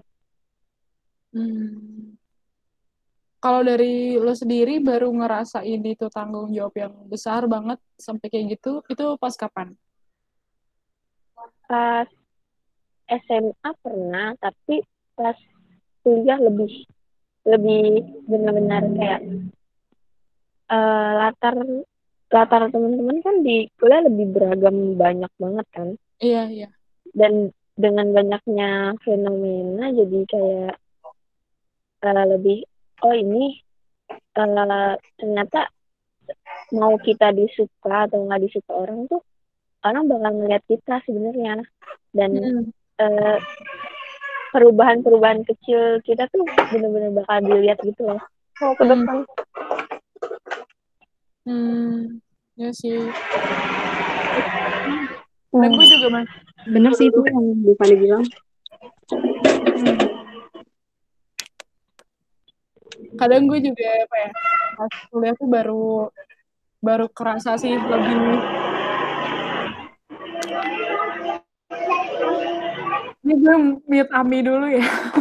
Hmm. Kalau dari lo sendiri baru ngerasain itu tanggung jawab yang besar banget sampai kayak gitu, itu pas kapan? Pas S M A pernah, tapi pas kuliah lebih lebih benar-benar kayak uh, latar latar teman-teman kan di kuliah lebih beragam banyak banget kan. Iya, iya. Dan dengan banyaknya fenomena jadi kayak uh, lebih oh ini uh, ternyata mau kita disuka atau nggak disuka orang tuh orang bakal ngeliat kita sebenarnya. Dan hmm. uh, perubahan-perubahan kecil kita tuh benar-benar bakal dilihat gitu loh. Oh, ke depan. Hmm, ya sih. Dan gue juga man. Bener sih itu yang Devani bilang. Hmm. Kadang gue juga apa ya, pas kuliah tuh baru baru kerasa sih lebih. Ini gue mute Ami dulu ya.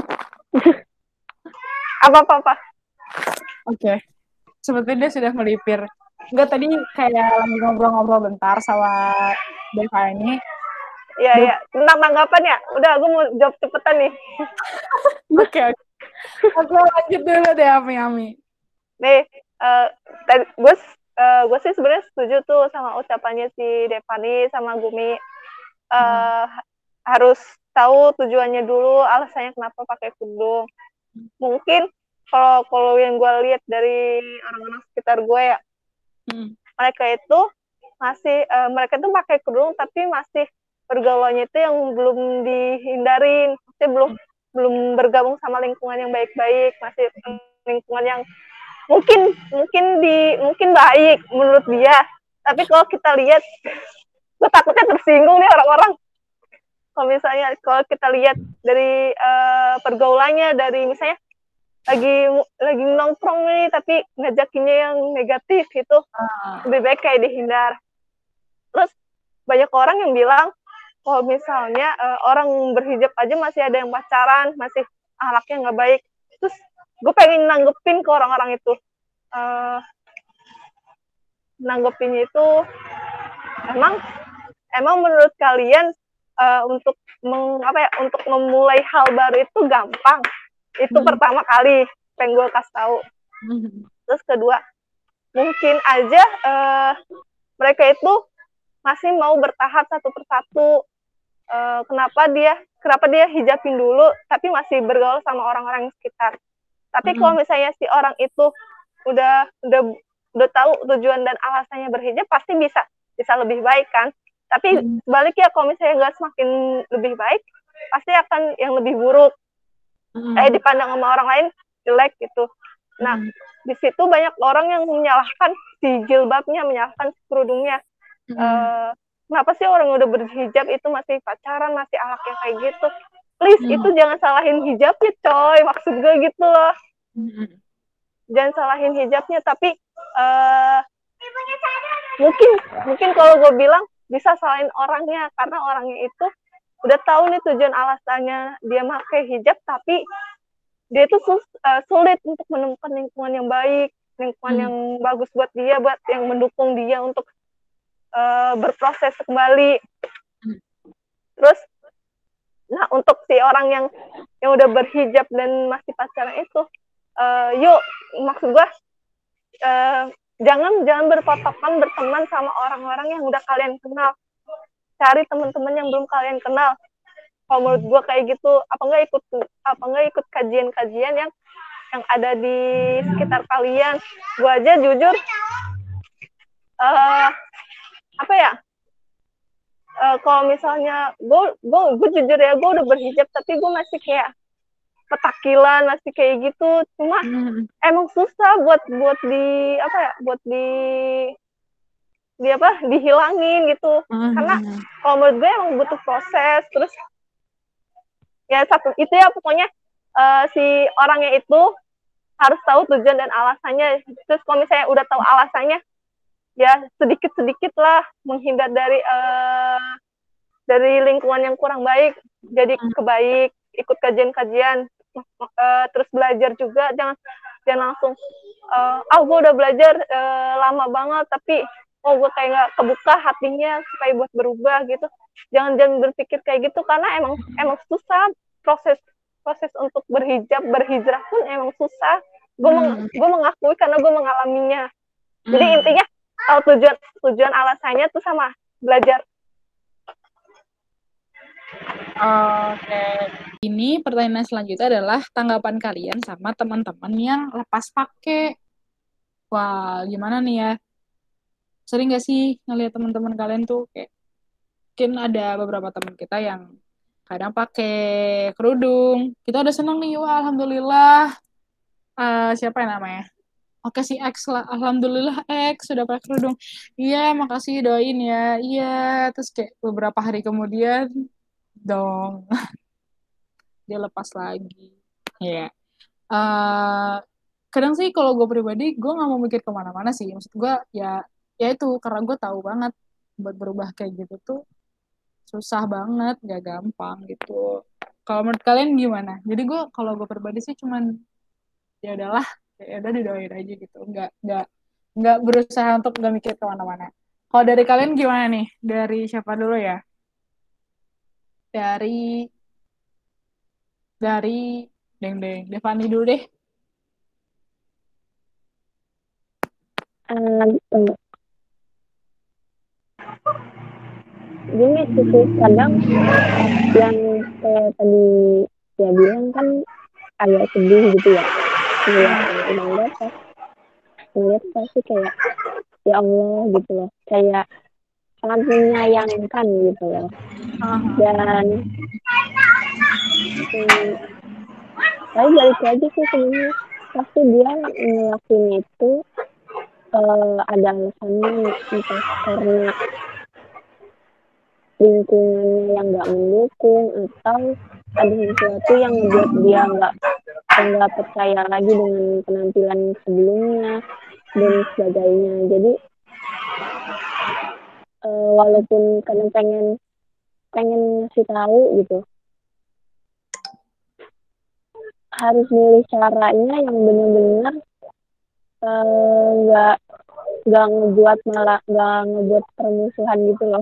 Apa-apa-apa. Oke. Okay. Sepertinya dia sudah melipir. Enggak, tadi kayak lagi ngobrol-ngobrol bentar sama Devani. Iya, iya. Tentang tanggapan ya? Udah, gue mau jawab cepetan nih. Oke, oke. Oke, lanjut dulu deh, Ami, Ami. Nih, uh, gue uh, gue sih sebenarnya setuju tuh sama ucapannya si Devani sama Gumi. Uh, hmm. Harus tahu tujuannya dulu, alasannya kenapa pakai kerudung. Mungkin kalau kalau yang gue lihat dari orang-orang sekitar gue ya, hmm. mereka itu masih uh, mereka tuh pakai kerudung tapi masih pergaulannya itu yang belum dihindarin, masih belum hmm. belum bergabung sama lingkungan yang baik-baik, masih lingkungan yang mungkin mungkin di mungkin baik menurut dia, tapi kalau kita lihat, gue takutnya tersinggung nih orang-orang. Kalau misalnya kalau kita lihat dari uh, pergaulannya, dari misalnya lagi lagi nongkrong nih tapi ngajakinnya yang negatif itu, uh. lebih baik kayak dihindar. Terus banyak orang yang bilang kalau misalnya uh, orang berhijab aja masih ada yang pacaran, masih akhlaknya nggak baik. Terus gue pengen nanggepin ke orang-orang itu, uh, nanggepinnya itu emang emang menurut kalian uh, untuk meng, apa ya untuk memulai hal baru itu gampang? Itu hmm. pertama kali pengen gue kasih tahu. Hmm. Terus kedua, mungkin aja uh, mereka itu masih mau bertahap satu persatu. Uh, kenapa dia kenapa dia hijabin dulu tapi masih bergaul sama orang-orang sekitar. Tapi hmm. kalau misalnya si orang itu udah udah udah tahu tujuan dan alasannya berhijab, pasti bisa bisa lebih baik kan. Tapi hmm. sebaliknya kalau misalnya nggak semakin lebih baik, pasti akan yang lebih buruk. Hmm. Kayak dipandang sama orang lain jelek gitu. Nah, hmm. di situ banyak orang yang menyalahkan si jilbabnya, menyalahkan si kerudungnya. Hmm. Uh, kenapa sih orang udah berhijab itu masih pacaran, masih akhlaknya kayak gitu? Please, hmm. itu jangan salahin hijabnya, coy. Maksud gue gitu loh. Hmm. Jangan salahin hijabnya, tapi uh, mungkin mungkin kalau gue bilang bisa salahin orangnya, karena orangnya itu udah tahu nih tujuan alasannya dia pakai hijab, tapi dia itu sus, uh, sulit untuk menemukan lingkungan yang baik, lingkungan hmm. yang bagus buat dia, buat yang mendukung dia untuk uh, berproses kembali. Hmm. Terus, nah untuk si orang yang yang udah berhijab dan masih pacaran itu, uh, yuk maksud gue uh, jangan jangan berpatokan berteman sama orang-orang yang udah kalian kenal. Cari teman-teman yang belum kalian kenal. Kalau menurut gue kayak gitu, apa enggak ikut apa enggak ikut kajian-kajian yang yang ada di sekitar kalian. Gue aja jujur uh, apa ya? Uh, kalau misalnya gue gue gue jujur ya, gue udah berhijab tapi gue masih kayak petakilan, masih kayak gitu. Cuma hmm. emang susah buat buat di apa ya? Buat di di apa dihilangin gitu. Mm-hmm. Karena kalau menurut gue emang butuh proses. Terus ya satu itu ya pokoknya uh, si orangnya itu harus tahu tujuan dan alasannya. Terus kalau misalnya udah tahu alasannya, ya sedikit-sedikit lah menghindar dari uh, dari lingkungan yang kurang baik, jadi kebaik, ikut kajian-kajian, uh, terus belajar juga. Jangan jangan langsung uh, ah gue udah belajar uh, lama banget tapi oh gue kayak nggak kebuka hatinya supaya buat berubah gitu. Jangan jangan berpikir kayak gitu, karena emang emang susah proses proses untuk berhijab berhijrah pun emang susah. Gue hmm. meng, gue mengakui karena gue mengalaminya. Hmm. Jadi intinya tahu tujuan tujuan alasannya tuh sama belajar. Oke. Okay. Ini pertanyaan selanjutnya adalah tanggapan kalian sama teman-teman yang lepas pakai. Wah, gimana nih ya? Sering gak sih ngeliat teman-teman kalian tuh kayak mungkin ada beberapa teman kita yang kadang pakai kerudung, kita udah seneng nih, wah alhamdulillah. Uh, siapa yang namanya? Oke si X lah, alhamdulillah X sudah pakai kerudung. Iya makasih doain ya, iya. Terus kayak beberapa hari kemudian dong dia lepas lagi. Ya. Yeah. Uh, kadang sih kalau gue pribadi gue nggak mau mikir kemana-mana sih. Maksud gue ya ya itu karena gue tahu banget buat berubah kayak gitu tuh susah banget, gak gampang gitu. Kalau menurut kalian gimana? Jadi gue kalau gue pribadi sih cuman ya udahlah, ya udah didoain aja gitu, nggak nggak nggak berusaha untuk nggak mikir kemana-mana. Kalau dari kalian gimana nih? Dari siapa dulu ya? Dari dari deng deng Devani dulu deh. Uh, tunggu. Gini sih kadang yang kayak tadi ya bilang kan agak sedih gitu ya ngeliat ngeliat pas ngeliat pasti kayak ya Allah gitu loh, kayak sangat menyayangkan gitu loh. Dan hmm, tapi balik lagi sih sebenarnya pasti dia ngelakuin itu uh, ada alasannya, entah karena lingkungannya yang nggak mendukung atau ada sesuatu yang membuat dia nggak nggak percaya lagi dengan penampilan sebelumnya dan sebagainya. Jadi uh, walaupun kadang pengen pengen ngasih tahu gitu, harus milih caranya yang benar-benar nggak uh, nggak ngebuat malah nggak ngebuat permusuhan gitu loh.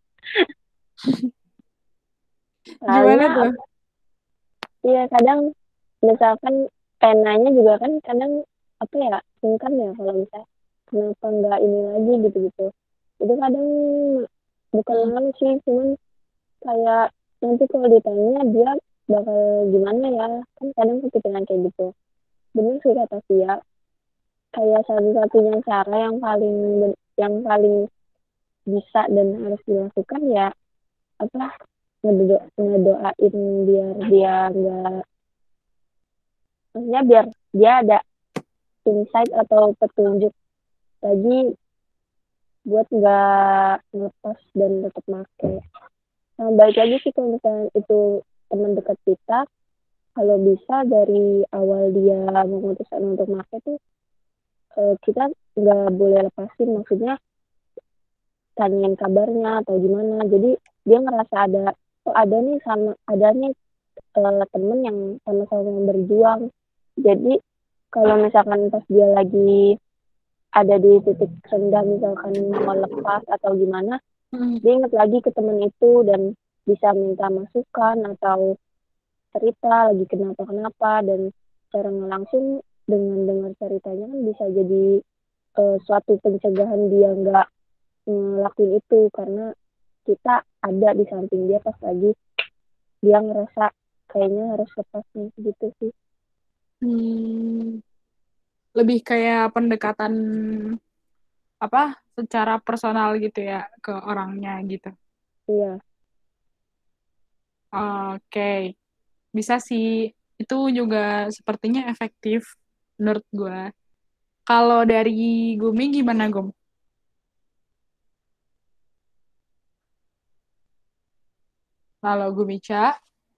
Gimana tuh? Iya kadang misalkan penanya juga kan kadang apa ya sungkan ya kalau misalnya kenapa nggak ini lagi gitu-gitu. Itu kadang bukan Hmm. malu sih, cuman kayak nanti kalau ditanya dia bakal gimana ya, kan kadang kepikiran kayak gitu. Bener sih kata Sia, kayak satu-satunya cara yang paling yang paling bisa dan harus dilakukan ya apa ngedo ngedoain biar dia nggak, maksudnya biar dia ada insight atau petunjuk lagi buat nggak ngelepas dan tetap make. Nah, baik lagi sih kalau misalnya itu teman dekat kita, kalau bisa dari awal dia memutuskan untuk make tuh eh, kita nggak boleh lepasin, maksudnya tanyain kabarnya atau gimana. Jadi dia ngerasa ada oh ada nih sama ada nih uh, temen yang sama-sama berjuang. Jadi kalau misalkan pas dia lagi ada di titik rendah misalkan mau lepas atau gimana, hmm. dia ingat lagi ke temen itu dan bisa minta masukan atau cerita lagi kenapa-kenapa, dan secara langsung dengan dengar ceritanya kan bisa jadi uh, suatu pencegahan dia nggak ngelakuin itu karena kita ada di samping dia pas lagi dia ngerasa kayaknya harus lepas nih gitu sih. Hmm, lebih kayak pendekatan apa secara personal gitu ya ke orangnya gitu. Iya. Oke, okay. Bisa sih. Itu juga sepertinya efektif menurut gue. Kalau dari Gumi gimana, Gum? Kalau Gumica?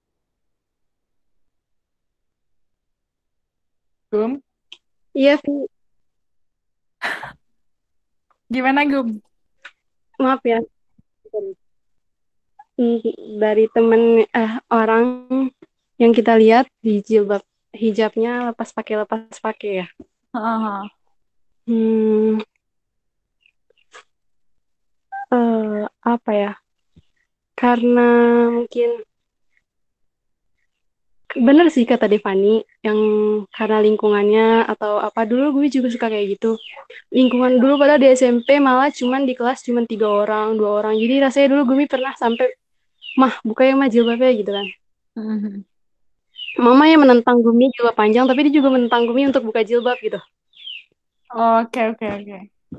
Gum? Iya, Vi. Gimana, Gum? Maaf ya. Dari temen eh, orang yang kita lihat di jilbab hijabnya lepas pakai lepas pakai ya. Uh-huh. Hmm, uh, apa ya? Karena mungkin bener sih kata Devani yang karena lingkungannya atau apa, dulu gue juga suka kayak gitu. Lingkungan dulu pada di S M P malah cuman di kelas cuman tiga orang, dua orang. Jadi rasanya dulu gue pernah sampai mah buka yang mah jilbabnya gitu kan. Mm-hmm. Mama yang menentang Gumi jilbab panjang, tapi dia juga menentang Gumi untuk buka jilbab gitu. Oke, oke, oke.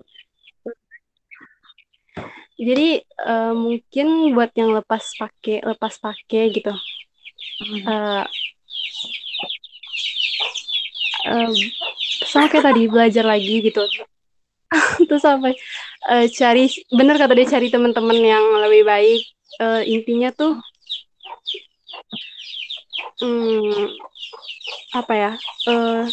Jadi uh, mungkin buat yang lepas pakai, lepas pakai gitu. Mm-hmm. Uh, uh, sama kayak tadi belajar lagi gitu. Terus sampai uh, cari, bener kata dia, cari teman-teman yang lebih baik. Uh, intinya tuh hmm, apa ya? Uh,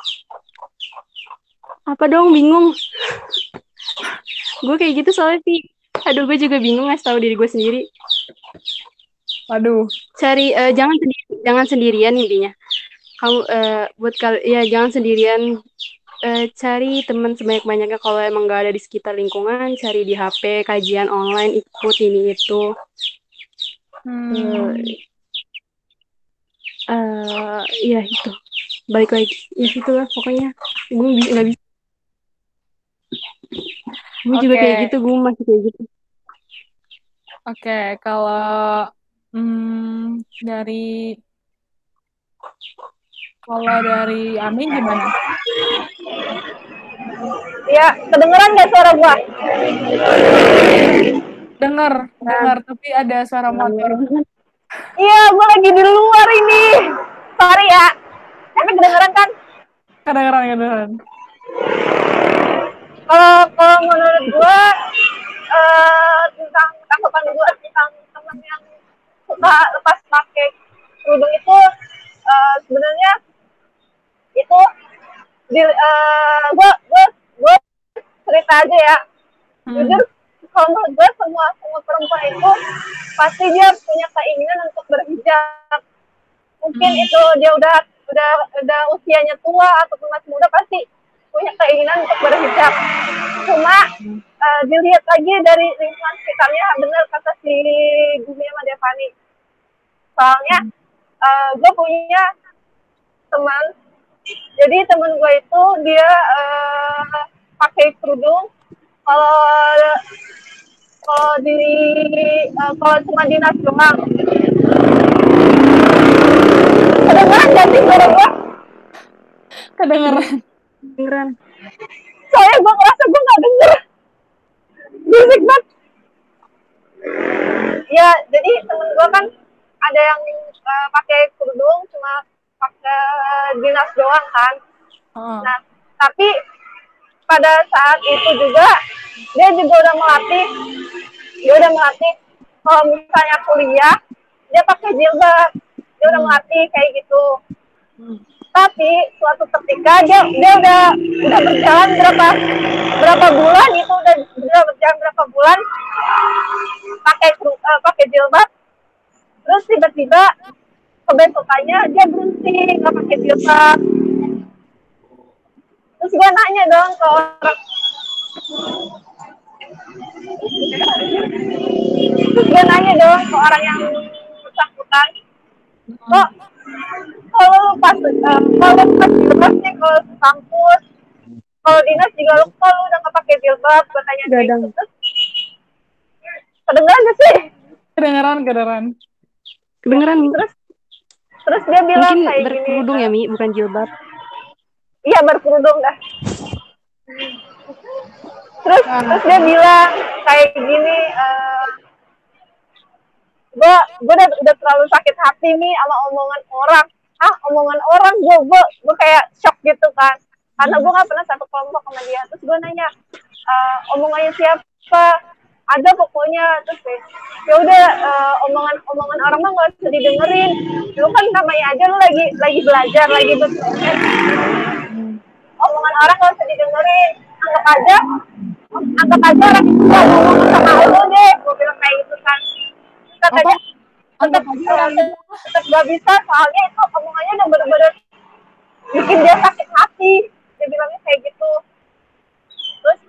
apa dong bingung. Gue kayak gitu soalnya sih. Aduh, gue juga bingung ngasih tahu diri gue sendiri. Waduh. Cari uh, jangan sendiri, jangan sendirian intinya. Kamu uh, buat kal ya jangan sendirian. Uh, cari teman sebanyak-banyaknya, kalau emang gak ada di sekitar lingkungan, cari di H P, kajian online, ikut ini itu. Hmm. Uh, uh, ya itu, balik lagi, ya itulah pokoknya gue nggak bisa. Gue okay. juga kayak gitu, gue masih kayak gitu. Oke, okay, kalau hmm, dari kalau dari Amin gimana? Ya, kedengeran nggak suara gua? Dengar, nah. dengar, tapi ada suara motor. Iya, gua lagi di luar ini. Sorry ya. Tapi kedengeran kan? Kedengeran, kedengeran. Kalau kalau menurut gua uh, tentang tanggapan gua tentang teman yang suka lepas pakai kerudung itu uh, sebenarnya itu di, uh, gua gua gua cerita aja ya. Hmm. Jujur kalau menurut gue semua semua perempuan itu pasti dia punya keinginan untuk berhijab. Mungkin hmm. itu dia udah udah udah usianya tua ataupun masih muda pasti punya keinginan untuk berhijab. Cuma hmm. uh, dilihat lagi dari lingkungan sekitarnya, benar kata si Gumi sama Devani. Soalnya uh, gue punya teman, jadi teman gue itu dia uh, pakai kerudung. Kalau kalau di uh, kalau cuma dinas doang. Kedengeran gak sih suara gue? Kedengeran. Kedengeran. Soalnya gue ngerasa gue gak denger. Berisik banget. Ya, jadi temen gue kan ada yang uh, pakai kerudung cuma pakai dinas doang kan. Oh. Nah, tapi pada saat itu juga dia juga udah melatih dia udah melatih kalau misalnya kuliah dia pakai jilbab, dia udah melatih kayak gitu. Hmm. Tapi suatu ketika dia dia udah udah berjalan berapa berapa bulan itu udah udah berjalan berapa bulan pakai uh, pakai jilbab, terus tiba-tiba kebesokannya dia berhenti nggak pakai jilbab. Terus gue nanya dong ke orang, terus gue nanya dong ke orang yang bersangkutan, kok kalau pas uh, kalau pas jilbab sih kalau kampus, kalau dinas juga lu kalau udah nggak pakai jilbab, gue tanya kayak gitu. Terus kedengeran gak sih? Kedengeran, kedengeran. Kedengeran. Terus terus dia bilang mungkin kayak gini. Mungkin berkerudung ya Mi, bukan jilbab. Iya berkerudung dah. Terus ah. terus dia bilang kayak gini, uh, gue gue udah udah terlalu sakit hati nih sama omongan orang. Ah omongan orang gue gue gue kayak shock gitu kan, karena gue nggak pernah satu kelompok sama dia. Terus gue nanya uh, omongannya siapa? Ada pokoknya. Terus ya udah uh, omongan omongan orang mah nggak usah didengerin. Lu kan namanya aja lu lagi lagi belajar lagi berproses. Omongan orang nggak usah didengerin. Anggap aja anggap aja orang itu nggak ngomong sama lu deh. Gue bilang kayak gitu kan. Katanya tetap tetap nggak bisa soalnya itu omongannya udah bener-bener bikin dia sakit hati. Dia bilangnya kayak gitu. Terus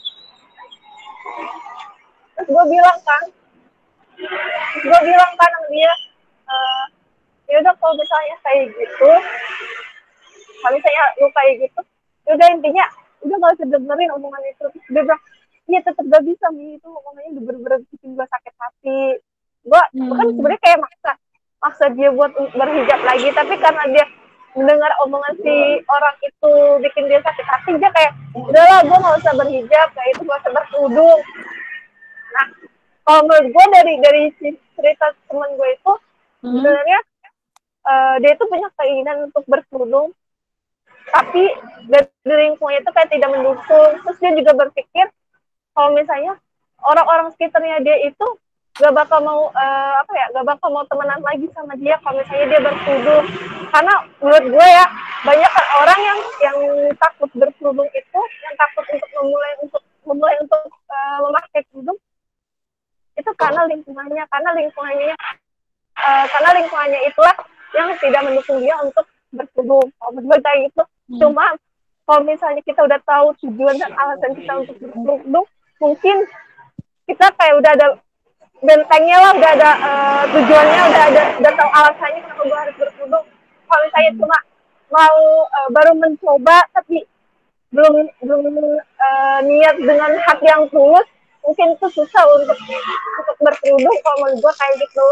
terus gue bilang kan gue bilang kan sama dia, uh, ya udah kalau misalnya kayak gitu, kalau misalnya lu kayak gitu, ya udah intinya udah nggak usah dengerin omongan itu. Terus dia bilang iya tetap gak bisa Mi, itu omongannya udah bener-bener bikin gue sakit hati. Gue hmm. bukan sebenarnya kayak maksa maksa dia buat berhijab lagi, tapi karena dia mendengar omongan si orang itu bikin dia sakit hati, dia kayak udahlah gue nggak usah berhijab, kayak itu gak usah berkerudung. Nah kalau menurut gue dari dari cerita temen gue itu hmm. sebenarnya uh, dia itu punya keinginan untuk berkerudung, tapi dari lingkungannya itu kayak tidak mendukung. Terus dia juga berpikir kalau misalnya orang-orang sekitarnya dia itu gak bakal mau uh, apa ya gak bakal mau temenan lagi sama dia kalau misalnya dia berkerudung. Karena menurut gue ya banyak orang yang yang takut berkerudung itu, yang takut untuk memulai untuk memulai untuk uh, memakai kerudung itu karena lingkungannya, karena lingkungannya uh, karena lingkungannya itulah yang tidak mendukung dia untuk berkerudung. Kalau menurut kayak gitu. Hmm. Cuma kalau misalnya kita udah tahu tujuan dan alasan kita untuk berkerudung, mungkin kita kayak udah ada bentengnya lah, udah ada uh, tujuannya, udah ada udah tahu alasannya kenapa gue harus berkerudung. Kalau misalnya cuma mau uh, baru mencoba tapi belum belum uh, niat dengan hati yang tulus, mungkin itu susah untuk untuk berkerudung kalau menurut gue kayak gitu.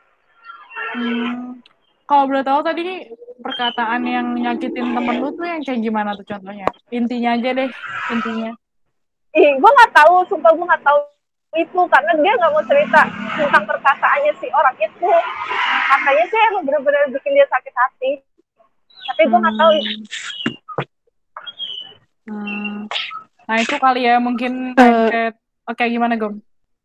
Hmm. Kalau boleh tahu tadi perkataan yang nyakitin temen lu tuh yang kayak gimana tuh contohnya? Intinya aja deh, intinya. Ih, gue nggak tahu, sumpah gue nggak tahu itu karena dia nggak mau cerita tentang perkataannya si orang itu. Katanya sih emang benar-benar bikin dia sakit hati. Tapi gue nggak tahu. Hmm. Nah itu kali ya mungkin Uh, mindset. Oke, gimana Gom?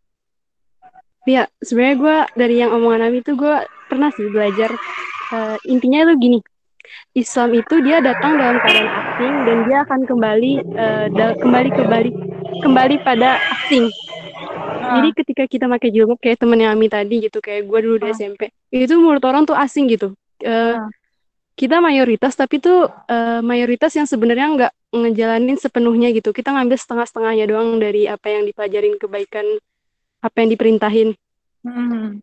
Ya, sebenarnya gue dari yang omongan Ami itu gue pernah sih belajar. Uh, intinya tuh gini, Islam itu dia datang dalam keadaan asing dan dia akan kembali uh, da- kembali kembali kembali pada asing. Ah. Jadi ketika kita pakai jilbab kayak temennya Ami tadi gitu, kayak gue dulu di Ah. S M P, itu menurut orang tuh asing gitu. Uh, Ah. Kita mayoritas, tapi tuh uh, mayoritas yang sebenarnya nggak ngejalanin sepenuhnya gitu. Kita ngambil setengah-setengahnya doang dari apa yang dipelajarin kebaikan, apa yang diperintahin. Hmm.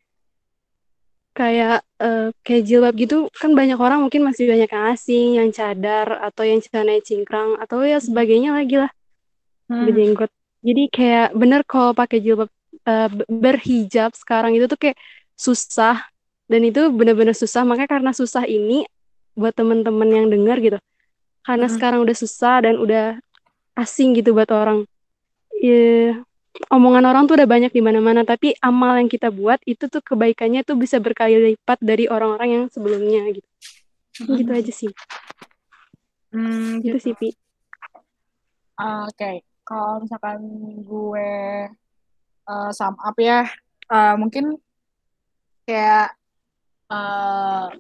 Kayak uh, kayak jilbab gitu kan banyak orang mungkin masih banyak yang asing, yang cadar atau yang celana cingkrang atau ya sebagainya lagi lah, Hmm. berjenggot. Jadi kayak bener kalau pakai jilbab uh, berhijab sekarang itu tuh kayak susah, dan itu bener-bener susah. Makanya karena susah ini buat temen-temen yang dengar gitu, karena Hmm. sekarang udah susah dan udah asing gitu buat orang. Yeah. Omongan orang tuh udah banyak di mana-mana, tapi amal yang kita buat itu tuh kebaikannya tuh bisa berkali lipat dari orang-orang yang sebelumnya gitu. Hmm. Gitu aja sih. Hmm, gitu, gitu sih, Pi. Uh, Oke, okay. Kalau misalkan gue uh, sum up ya, uh, mungkin kayak uh,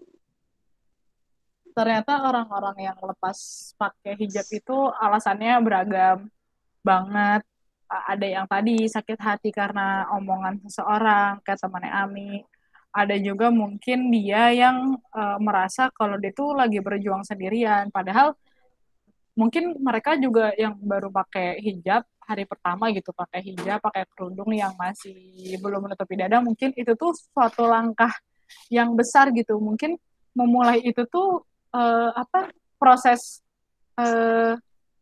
ternyata orang-orang yang lepas pakai hijab itu alasannya beragam banget. Ada yang tadi sakit hati karena omongan seseorang, kayak temannya Ami. Ada juga mungkin dia yang uh, merasa kalau dia tuh lagi berjuang sendirian. Padahal mungkin mereka juga yang baru pakai hijab hari pertama gitu, pakai hijab, pakai kerudung yang masih belum menutupi dada, mungkin itu tuh suatu langkah yang besar gitu. Mungkin memulai itu tuh uh, apa proses uh,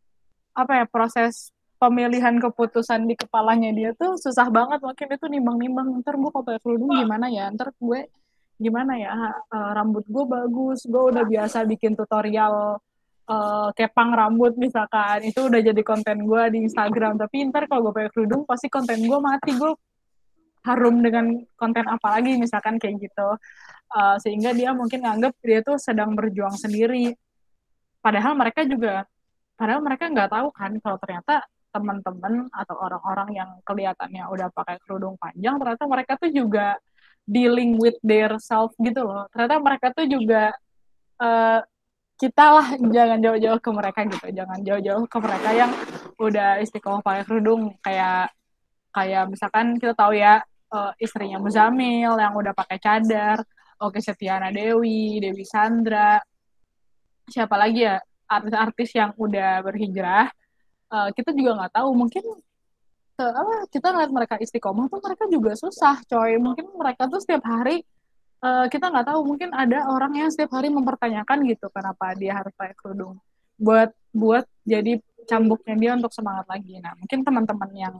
apa ya proses pemilihan keputusan di kepalanya dia tuh susah banget. Mungkin itu nimbang-nimbang, ntar gue kalau pakai kerudung gimana ya, ntar gue gimana ya, uh, rambut gue bagus, gue udah biasa bikin tutorial uh, kepang rambut misalkan, itu udah jadi konten gue di Instagram, tapi ntar kalau gue pakai kerudung pasti konten gue mati, gue harum dengan konten apa lagi misalkan kayak gitu. Uh, sehingga dia mungkin nganggep dia tuh sedang berjuang sendiri, padahal mereka juga padahal mereka nggak tahu kan kalau ternyata teman-teman atau orang-orang yang kelihatannya udah pakai kerudung panjang, ternyata mereka tuh juga dealing with their self gitu loh. Ternyata mereka tuh juga uh, kita lah jangan jauh-jauh ke mereka gitu, jangan jauh-jauh ke mereka yang udah istiqomah pakai kerudung. Kayak kayak misalkan kita tahu ya, uh, istrinya Muzamil yang udah pakai cadar, Oke Setiana Dewi, Dewi Sandra, siapa lagi ya artis-artis yang udah berhijrah, uh, kita juga nggak tahu. Mungkin uh, apa, kita ngeliat mereka istiqomah tuh mereka juga susah coy. Mungkin mereka tuh setiap hari, uh, kita nggak tahu, mungkin ada orang yang setiap hari mempertanyakan gitu kenapa dia harus pakai kerudung, buat buat jadi cambuknya dia untuk semangat lagi. Nah mungkin teman-teman yang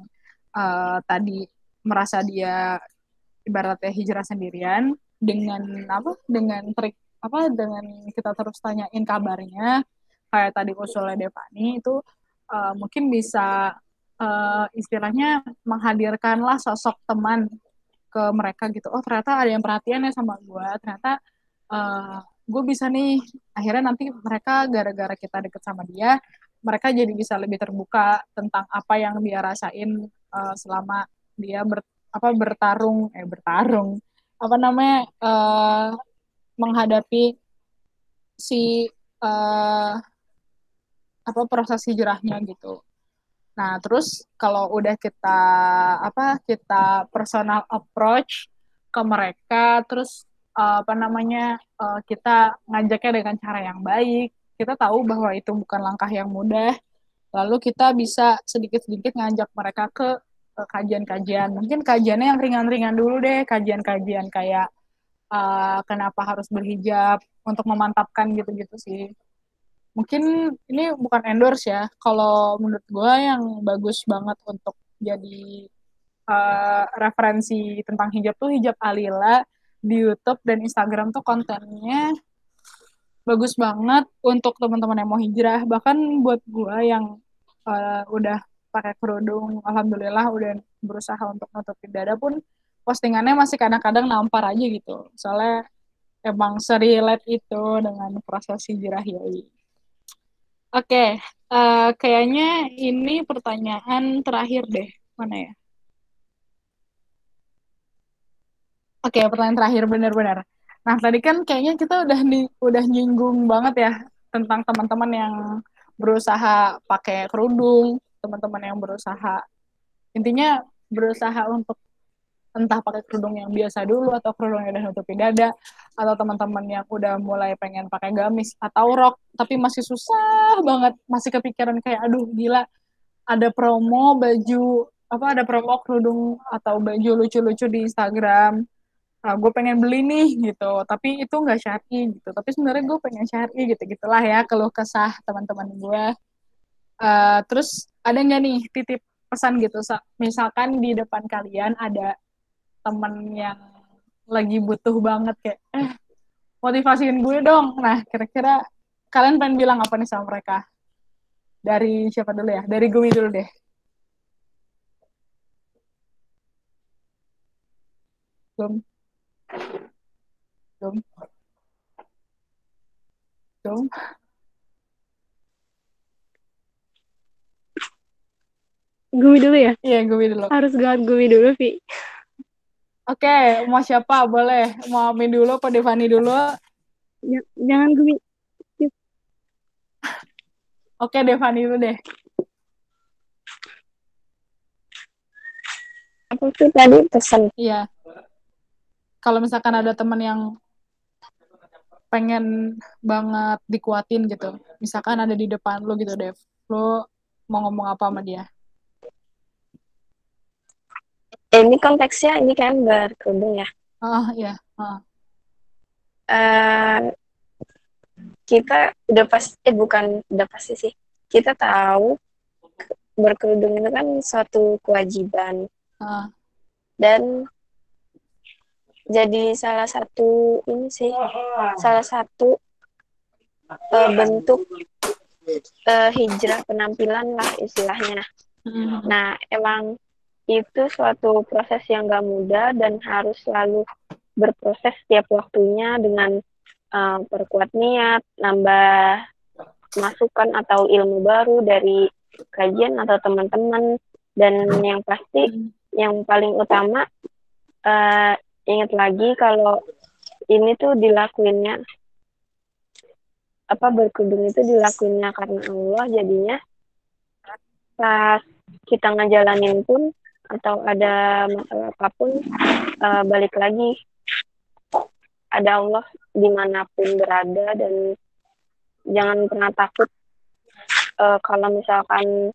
uh, tadi merasa dia ibaratnya hijrah sendirian, dengan apa dengan trik apa dengan kita terus tanyain kabarnya kayak tadi usulnya Devani itu, uh, mungkin bisa uh, istilahnya menghadirkanlah sosok teman ke mereka gitu. Oh ternyata ada yang perhatian ya sama gue, ternyata uh, gue bisa nih. Akhirnya nanti mereka gara-gara kita deket sama dia, mereka jadi bisa lebih terbuka tentang apa yang dia rasain uh, selama dia ber, apa bertarung eh bertarung apa namanya uh, menghadapi si uh, apa proses hijrahnya gitu. Nah, terus kalau udah kita apa kita personal approach ke mereka, terus uh, apa namanya uh, kita ngajaknya dengan cara yang baik, kita tahu bahwa itu bukan langkah yang mudah. Lalu kita bisa sedikit-sedikit ngajak mereka ke ke kajian-kajian. Mungkin kajiannya yang ringan-ringan dulu deh, kajian-kajian kayak uh, kenapa harus berhijab untuk memantapkan gitu-gitu sih. mungkin ini bukan endorse ya, kalau menurut gue yang bagus banget untuk jadi uh, referensi tentang hijab tuh hijab Alila di YouTube dan Instagram tuh kontennya bagus banget untuk teman-teman yang mau hijrah. Bahkan buat gue yang uh, udah pakai kerudung, alhamdulillah udah berusaha untuk nutupin dada pun postingannya masih kadang-kadang nampar aja gitu. Soalnya emang serelate itu dengan proses hijrah Yoi. Oke, okay, uh, kayaknya ini pertanyaan terakhir deh. Mana ya? Oke, okay, pertanyaan terakhir benar-benar. Nah, tadi kan kayaknya kita udah nih udah nyinggung banget ya tentang teman-teman yang berusaha pakai kerudung, teman-teman yang berusaha intinya berusaha untuk entah pakai kerudung yang biasa dulu atau kerudung yang udah nutupi dada, atau teman-teman yang udah mulai pengen pakai gamis atau rok tapi masih susah banget, masih kepikiran kayak aduh gila ada promo baju apa ada promo kerudung atau baju lucu-lucu di Instagram. Nah, gue pengen beli nih gitu, tapi itu nggak syar'i gitu. Tapi sebenarnya gue pengen syar'i gitu gitulah ya keluh kesah teman-teman gue. Uh, terus ada nggak nih titip pesan gitu, misalkan di depan kalian ada temen yang lagi butuh banget kayak eh motivasiin gue dong. Nah kira-kira kalian pengen bilang apa nih sama mereka? Dari siapa dulu ya? Dari Gumi dulu deh. Gum. Gum. Gum. Gumi dulu ya? Iya, Gumi dulu. Harus ganti Gumi dulu, Vi. Oke, okay, mau siapa? Boleh. Mau Amin dulu apa Devani dulu? Ya, jangan Gumi. Oke, okay, Devani dulu deh. Apa sih tadi pesan? Iya. Kalau misalkan ada teman yang pengen banget dikuatin gitu, misalkan ada di depan lo gitu, Dev. Lo mau ngomong apa sama dia? Ini konteksnya ini kan berkerudung ya. Oh iya. Oh. Uh, kita udah pasti, eh bukan udah pasti sih. Kita tahu berkerudung itu kan suatu kewajiban. Uh. Dan jadi salah satu ini sih, salah satu uh, bentuk uh, hijrah penampilan lah istilahnya. Mm-hmm. Nah, emang itu suatu proses yang gak mudah dan harus selalu berproses setiap waktunya dengan uh, perkuat niat, nambah masukan atau ilmu baru dari kajian atau teman-teman, dan yang pasti yang paling utama uh, ingat lagi kalau ini tuh dilakuinnya apa berkerudung itu dilakuinnya karena Allah, jadinya pas kita ngejalanin pun atau ada masalah apapun uh, balik lagi ada Allah dimanapun berada, dan jangan pernah takut uh, kalau misalkan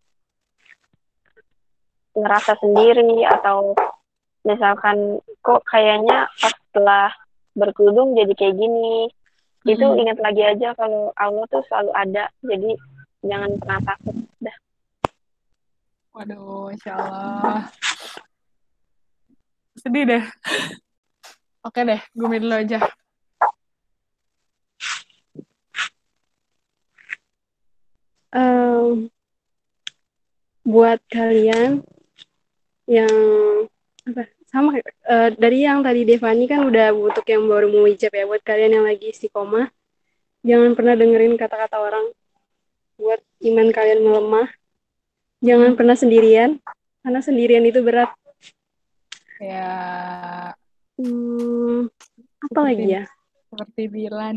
ngerasa sendiri atau misalkan kok kayaknya pas setelah berkerudung jadi kayak gini, hmm. itu ingat lagi aja kalau Allah tuh selalu ada, jadi jangan pernah takut dah. Waduh, insya Allah. Sedih deh. Oke deh, Gumi dulu aja. Um, buat kalian yang apa sama uh, dari yang tadi Devani kan udah untuk yang baru mau hijab ya, buat kalian yang lagi istiqomah jangan pernah dengerin kata-kata orang buat iman kalian melemah. Jangan hmm. pernah sendirian, karena sendirian itu berat ya. hmm, apa seperti, lagi ya seperti bilang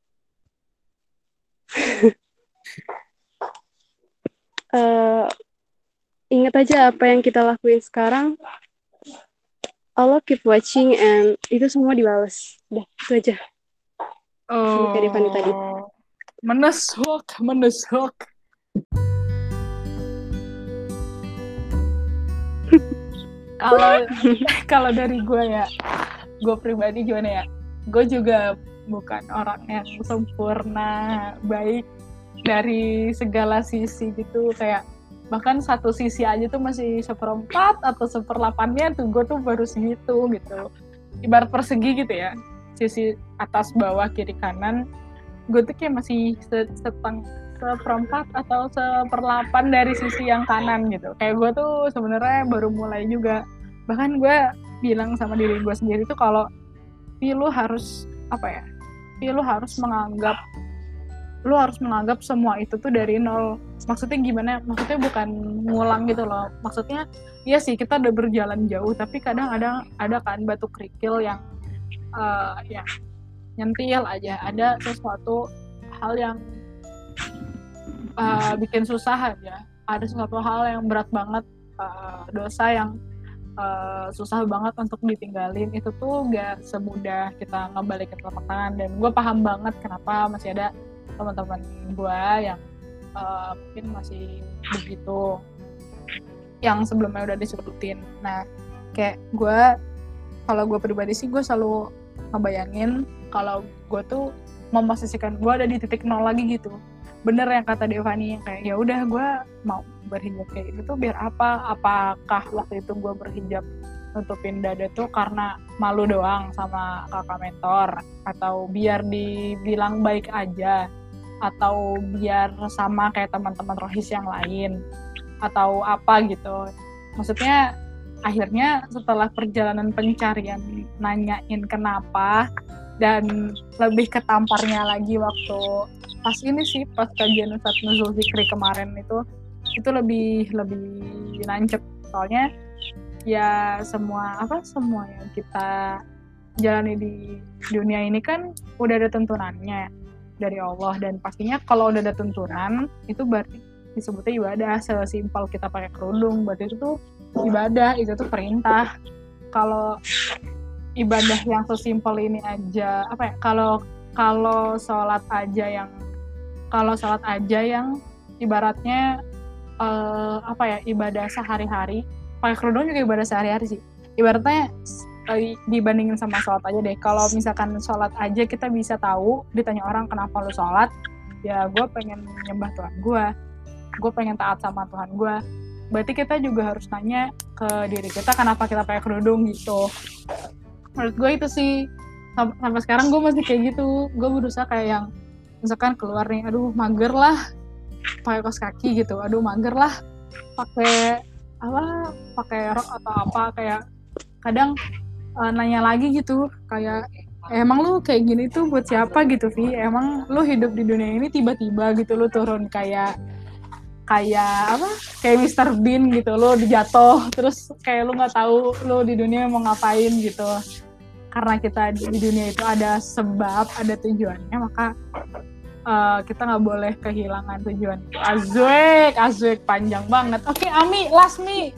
uh, ingat aja apa yang kita lakuin sekarang, Allah keep watching and itu semua dibalas. Udah, itu aja. Oh, kayak Devani tadi. Menusuk, menusuk. Kalau kalau dari gue ya, gue pribadi gimana ya? Gue juga bukan orang yang sempurna baik dari segala sisi gitu, kayak bahkan satu sisi aja tuh masih seperempat atau seperlapannya tuh gue tuh baru segitu gitu, ibarat persegi gitu ya, sisi atas bawah kiri kanan gue tuh kayak masih seteng seperempat atau seperlapan dari sisi yang kanan gitu. Kayak gue tuh sebenarnya baru mulai juga, bahkan gue bilang sama diri gue sendiri tuh kalau Pi lu harus apa ya, Pi lu harus menganggap lu harus menganggap semua itu tuh dari nol. Maksudnya gimana? Maksudnya bukan ngulang gitu loh. Maksudnya iya sih kita udah berjalan jauh, tapi kadang ada ada kan batu kerikil yang uh, ya nyentil aja. Ada sesuatu hal yang uh, bikin susah aja. Ada sesuatu hal yang berat banget, uh, dosa yang uh, susah banget untuk ditinggalin. Itu tuh gak semudah kita ngebalikin telapak tangan. Dan gue paham banget kenapa masih ada teman-teman gue yang uh, mungkin masih begitu, yang sebelumnya udah disebutin. Nah, kayak gue, kalau gue pribadi sih gue selalu ngebayangin kalau gue tuh memposisikan gue ada di titik nol lagi gitu. Bener yang kata Devani, yang kayak ya udah gue mau berhijab kayak gitu tuh biar apa? Apakah waktu itu gue berhijab nutupin dada tuh karena malu doang sama kakak mentor, atau biar dibilang baik aja, atau biar sama kayak teman-teman rohis yang lain, atau apa gitu. Maksudnya akhirnya setelah perjalanan pencarian nanyain kenapa, dan lebih ketamparnya lagi waktu pas ini sih, pas kajian Ustadz Nuzul Zikri kemarin itu itu lebih lebih nancep. Soalnya ya semua apa semua yang kita jalani di dunia ini kan udah ada tuntunannya dari Allah, dan pastinya kalau udah ada tuntunan itu berarti disebutnya ibadah. Sesimpel kita pakai kerudung berarti itu tuh ibadah, itu tuh perintah. Kalau ibadah yang sesimpel ini aja apa ya, kalau kalau sholat aja yang kalau sholat aja yang ibaratnya uh, apa ya, ibadah sehari-hari, pakai kerudung juga ibadah sehari-hari sih. Ibaratnya dibandingin sama sholat aja deh. Kalau misalkan sholat aja kita bisa tahu, ditanya orang kenapa lu sholat, ya gue pengen nyembah Tuhan gue, gue pengen taat sama Tuhan gue. Berarti kita juga harus nanya ke diri kita kenapa kita pakai kerudung gitu. Menurut gue itu sih, sampai sekarang gue masih kayak gitu. Gue berusaha kayak yang misalkan keluar nih, aduh mager lah pakai kaos kaki gitu, aduh mager lah pakai apa pakai rok atau apa, kayak kadang uh, nanya lagi gitu, kayak emang lu kayak gini tuh buat siapa gitu, Vi? Emang lu hidup di dunia ini tiba-tiba gitu lu turun kayak kayak apa kayak mister Bean gitu, lu dijatuh terus kayak lu nggak tahu lu di dunia mau ngapain gitu. Karena kita di dunia itu ada sebab, ada tujuannya, maka uh, kita nggak boleh kehilangan tujuan itu. Azwek, azwek panjang banget. Oke, okay, Ami, last Mi.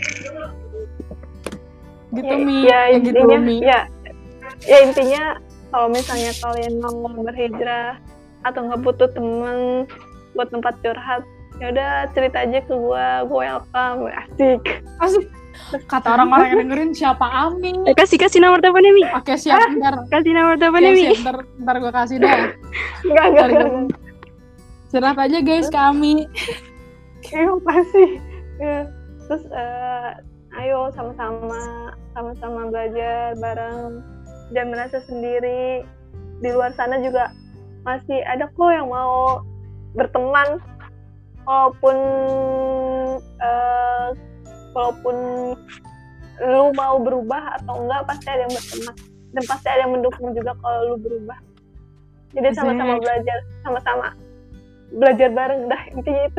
Gitu ya, Mi, ya, ya gitu Mi. Ya, ya intinya kalau misalnya kalian mau berhijrah atau nggak butuh temen buat tempat curhat, ya udah cerita aja ke gue, gue welcome, asik. Asik. Kata orang-orang yang dengerin siapa Ami? Eh, kasih kasih nomor teleponnya Mi. Oke siap, ah, ntar kasih nomor teleponnya Mi. Siap, ntar ntar gue kasih dah. Enggak enggak. Cerah aja guys ke Ami. Terima kasih. Ya. Terus uh, ayo sama-sama sama-sama belajar bareng, jangan merasa sendiri. Di luar sana juga masih ada kok yang mau berteman, walaupun uh, walaupun lu mau berubah atau enggak, pasti ada yang berteman dan pasti ada yang mendukung juga kalau lu berubah. Jadi Asik. Sama-sama belajar, sama-sama belajar bareng, dah intinya itu.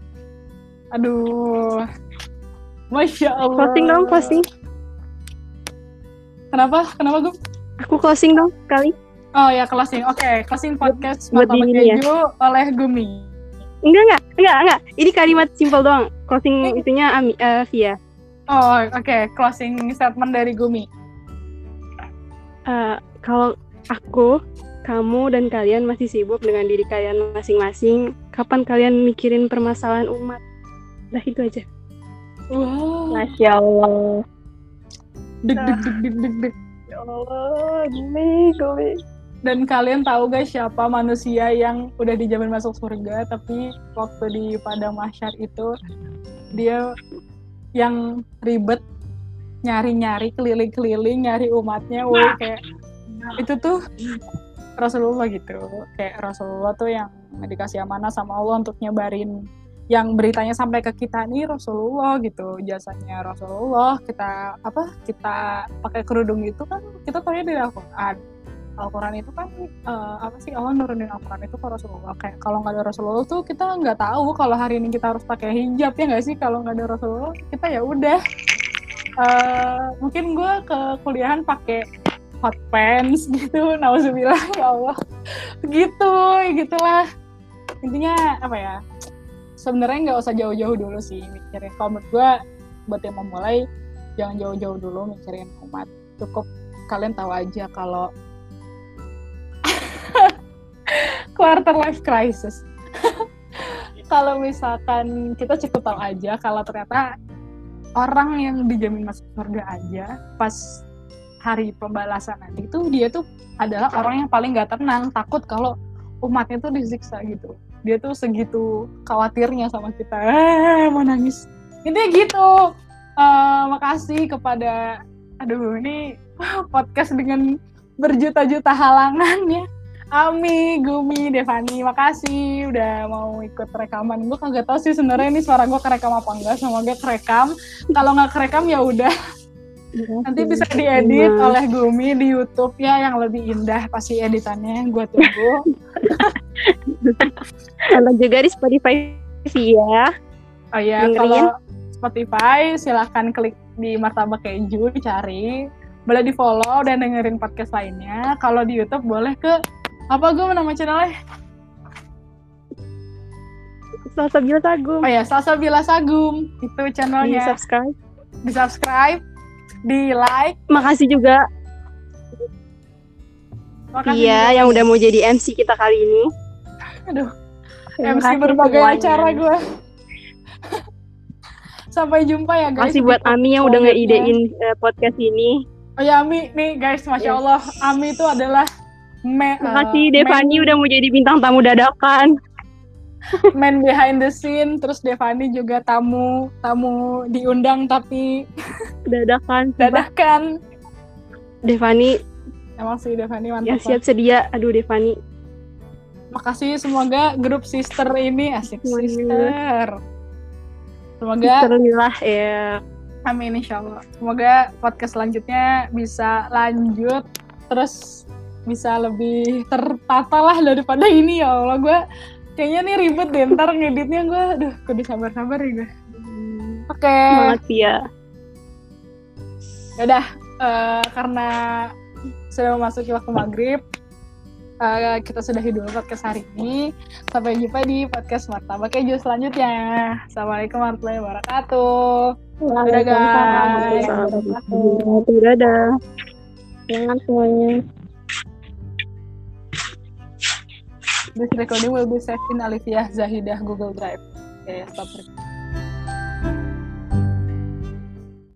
Aduh, Masya Allah. Closing dong, closing. Kenapa? Kenapa gue? Aku closing dong kali. Oh ya, closing. Oke, okay. Closing podcast buat Martabak Keju ya? Oleh Gumi. Enggak, enggak, enggak, enggak. Ini kalimat simpel doang. Closing eh. itunya Ami, uh, Via. Oh, oke. Okay. Closing statement dari Gumi. Uh, kalau aku, kamu, dan kalian masih sibuk dengan diri kalian masing-masing, kapan kalian mikirin permasalahan umat? Nah, itu aja. Wow. Masya Allah. Deg, deg, deg, deg, deg, deg. Ya Allah, Gumi, Gumi. Dan kalian tahu guys siapa manusia yang udah dijamin masuk surga, tapi waktu di padang mahsyar itu dia yang ribet nyari-nyari keliling-keliling nyari umatnya, woi kayak itu tuh Rasulullah gitu. Kayak Rasulullah tuh yang dikasih amanah sama Allah untuk nyebarin yang beritanya sampai ke kita nih Rasulullah gitu, jasanya Rasulullah. Kita apa kita pakai kerudung itu kan kita tahu ya dari Al-Quran. Al-Quran itu kan uh, apa sih Allah nurunin Al-Quran itu ke Rasulullah. Kayak kalau nggak ada Rasulullah tuh kita nggak tahu kalau hari ini kita harus pakai hijab, ya nggak sih? Kalau nggak ada Rasulullah kita ya udah. Uh, mungkin gue ke kuliahan pakai hot pants gitu, nauzubillah ya Allah. Gitu, gitulah. Intinya apa ya? Sebenarnya nggak usah jauh-jauh dulu sih mikirin. Kalau menurut gue buat yang memulai jangan jauh-jauh dulu mikirin umat. Cukup kalian tahu aja kalau quarter life crisis. Kalau misalkan kita cukup tahu aja kalau ternyata orang yang dijamin masuk surga aja pas hari pembalasan nanti itu dia tuh adalah orang yang paling gak tenang, takut kalau umatnya tuh disiksa gitu. Dia tuh segitu khawatirnya sama kita. Eh, mau nangis. Intinya gitu. Uh, makasih kepada aduh ini podcast dengan berjuta-juta halangan ya. Ami, Gumi, Devani, makasih udah mau ikut rekaman. Gue kagak tahu sih sebenarnya ini suara gue kerekam apa enggak. Semoga kerekam. Kalau nggak kerekam ya udah. Nanti bisa diedit nah. oleh Gumi di YouTube ya yang lebih indah pasti editannya. Gue tunggu. Kalau juga di Spotify sih ya. Oh iya, kalau Spotify silahkan klik di Martabak Keju, cari. Boleh di follow dan dengerin podcast lainnya. Kalau di YouTube boleh ke apa gue nama channelnya? Salsabila Sagum. Oh ya, Salsabila Sagum. Itu channelnya. Di subscribe. Di subscribe. Di like. Makasih juga. Makasih iya, juga. Yang udah mau jadi M C kita kali ini. Aduh. M C berbagai semuanya. Acara gue. Sampai jumpa ya guys. Makasih buat Ami yang udah ngeidein uh, podcast ini. Oh ya Ami, nih guys, Masya Allah. Yes. Ami itu adalah Me, Makasih uh, Devani man, udah mau jadi bintang tamu dadakan. Man behind the scene, terus Devani juga tamu tamu diundang tapi dadakan. Dadakan. Devani. Emang sih Devani mantap. Ya siap sedia. Aduh Devani. Makasih, semoga grup sister ini asik semoga. Sister. Semoga. Bismillah ya. Amin insyaallah. Semoga podcast selanjutnya bisa lanjut terus. Bisa lebih tertata lah daripada ini ya Allah. Gue kayaknya nih ribet deh ntar ngeditnya gue. Aduh kudu sabar-sabar ya gue. Oke okay. Semangat ya. Yaudah uh, karena sudah memasuki waktu maghrib, uh, kita sudahi dulu podcast hari ini. Sampai jumpa di podcast Martabak Keju selanjutnya. Assalamualaikum warahmatullahi wabarakatuh. Dadah guys. Dadah. Semangat semuanya. This recording will be saved in Alivia Zahidah Google Drive. Okay, stop recording.